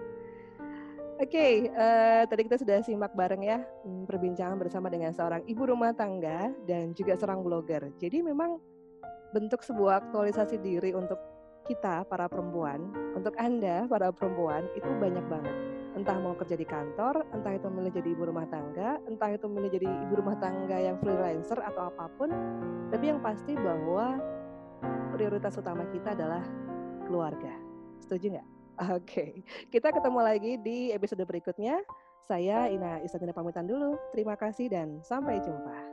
Oke, eee, tadi kita sudah simak bareng ya, mmm, perbincangan bersama dengan seorang ibu rumah tangga dan juga seorang blogger. Jadi memang bentuk sebuah aktualisasi diri untuk kita para perempuan, untuk Anda para perempuan itu banyak banget. Entah mau kerja di kantor, entah itu milih jadi ibu rumah tangga, entah itu milih jadi ibu rumah tangga yang freelancer atau apapun, tapi yang pasti bahwa prioritas utama kita adalah keluarga. Setuju nggak? Oke, kita ketemu lagi di episode berikutnya. Saya Ina Isadina pamitan dulu. Terima kasih dan sampai jumpa.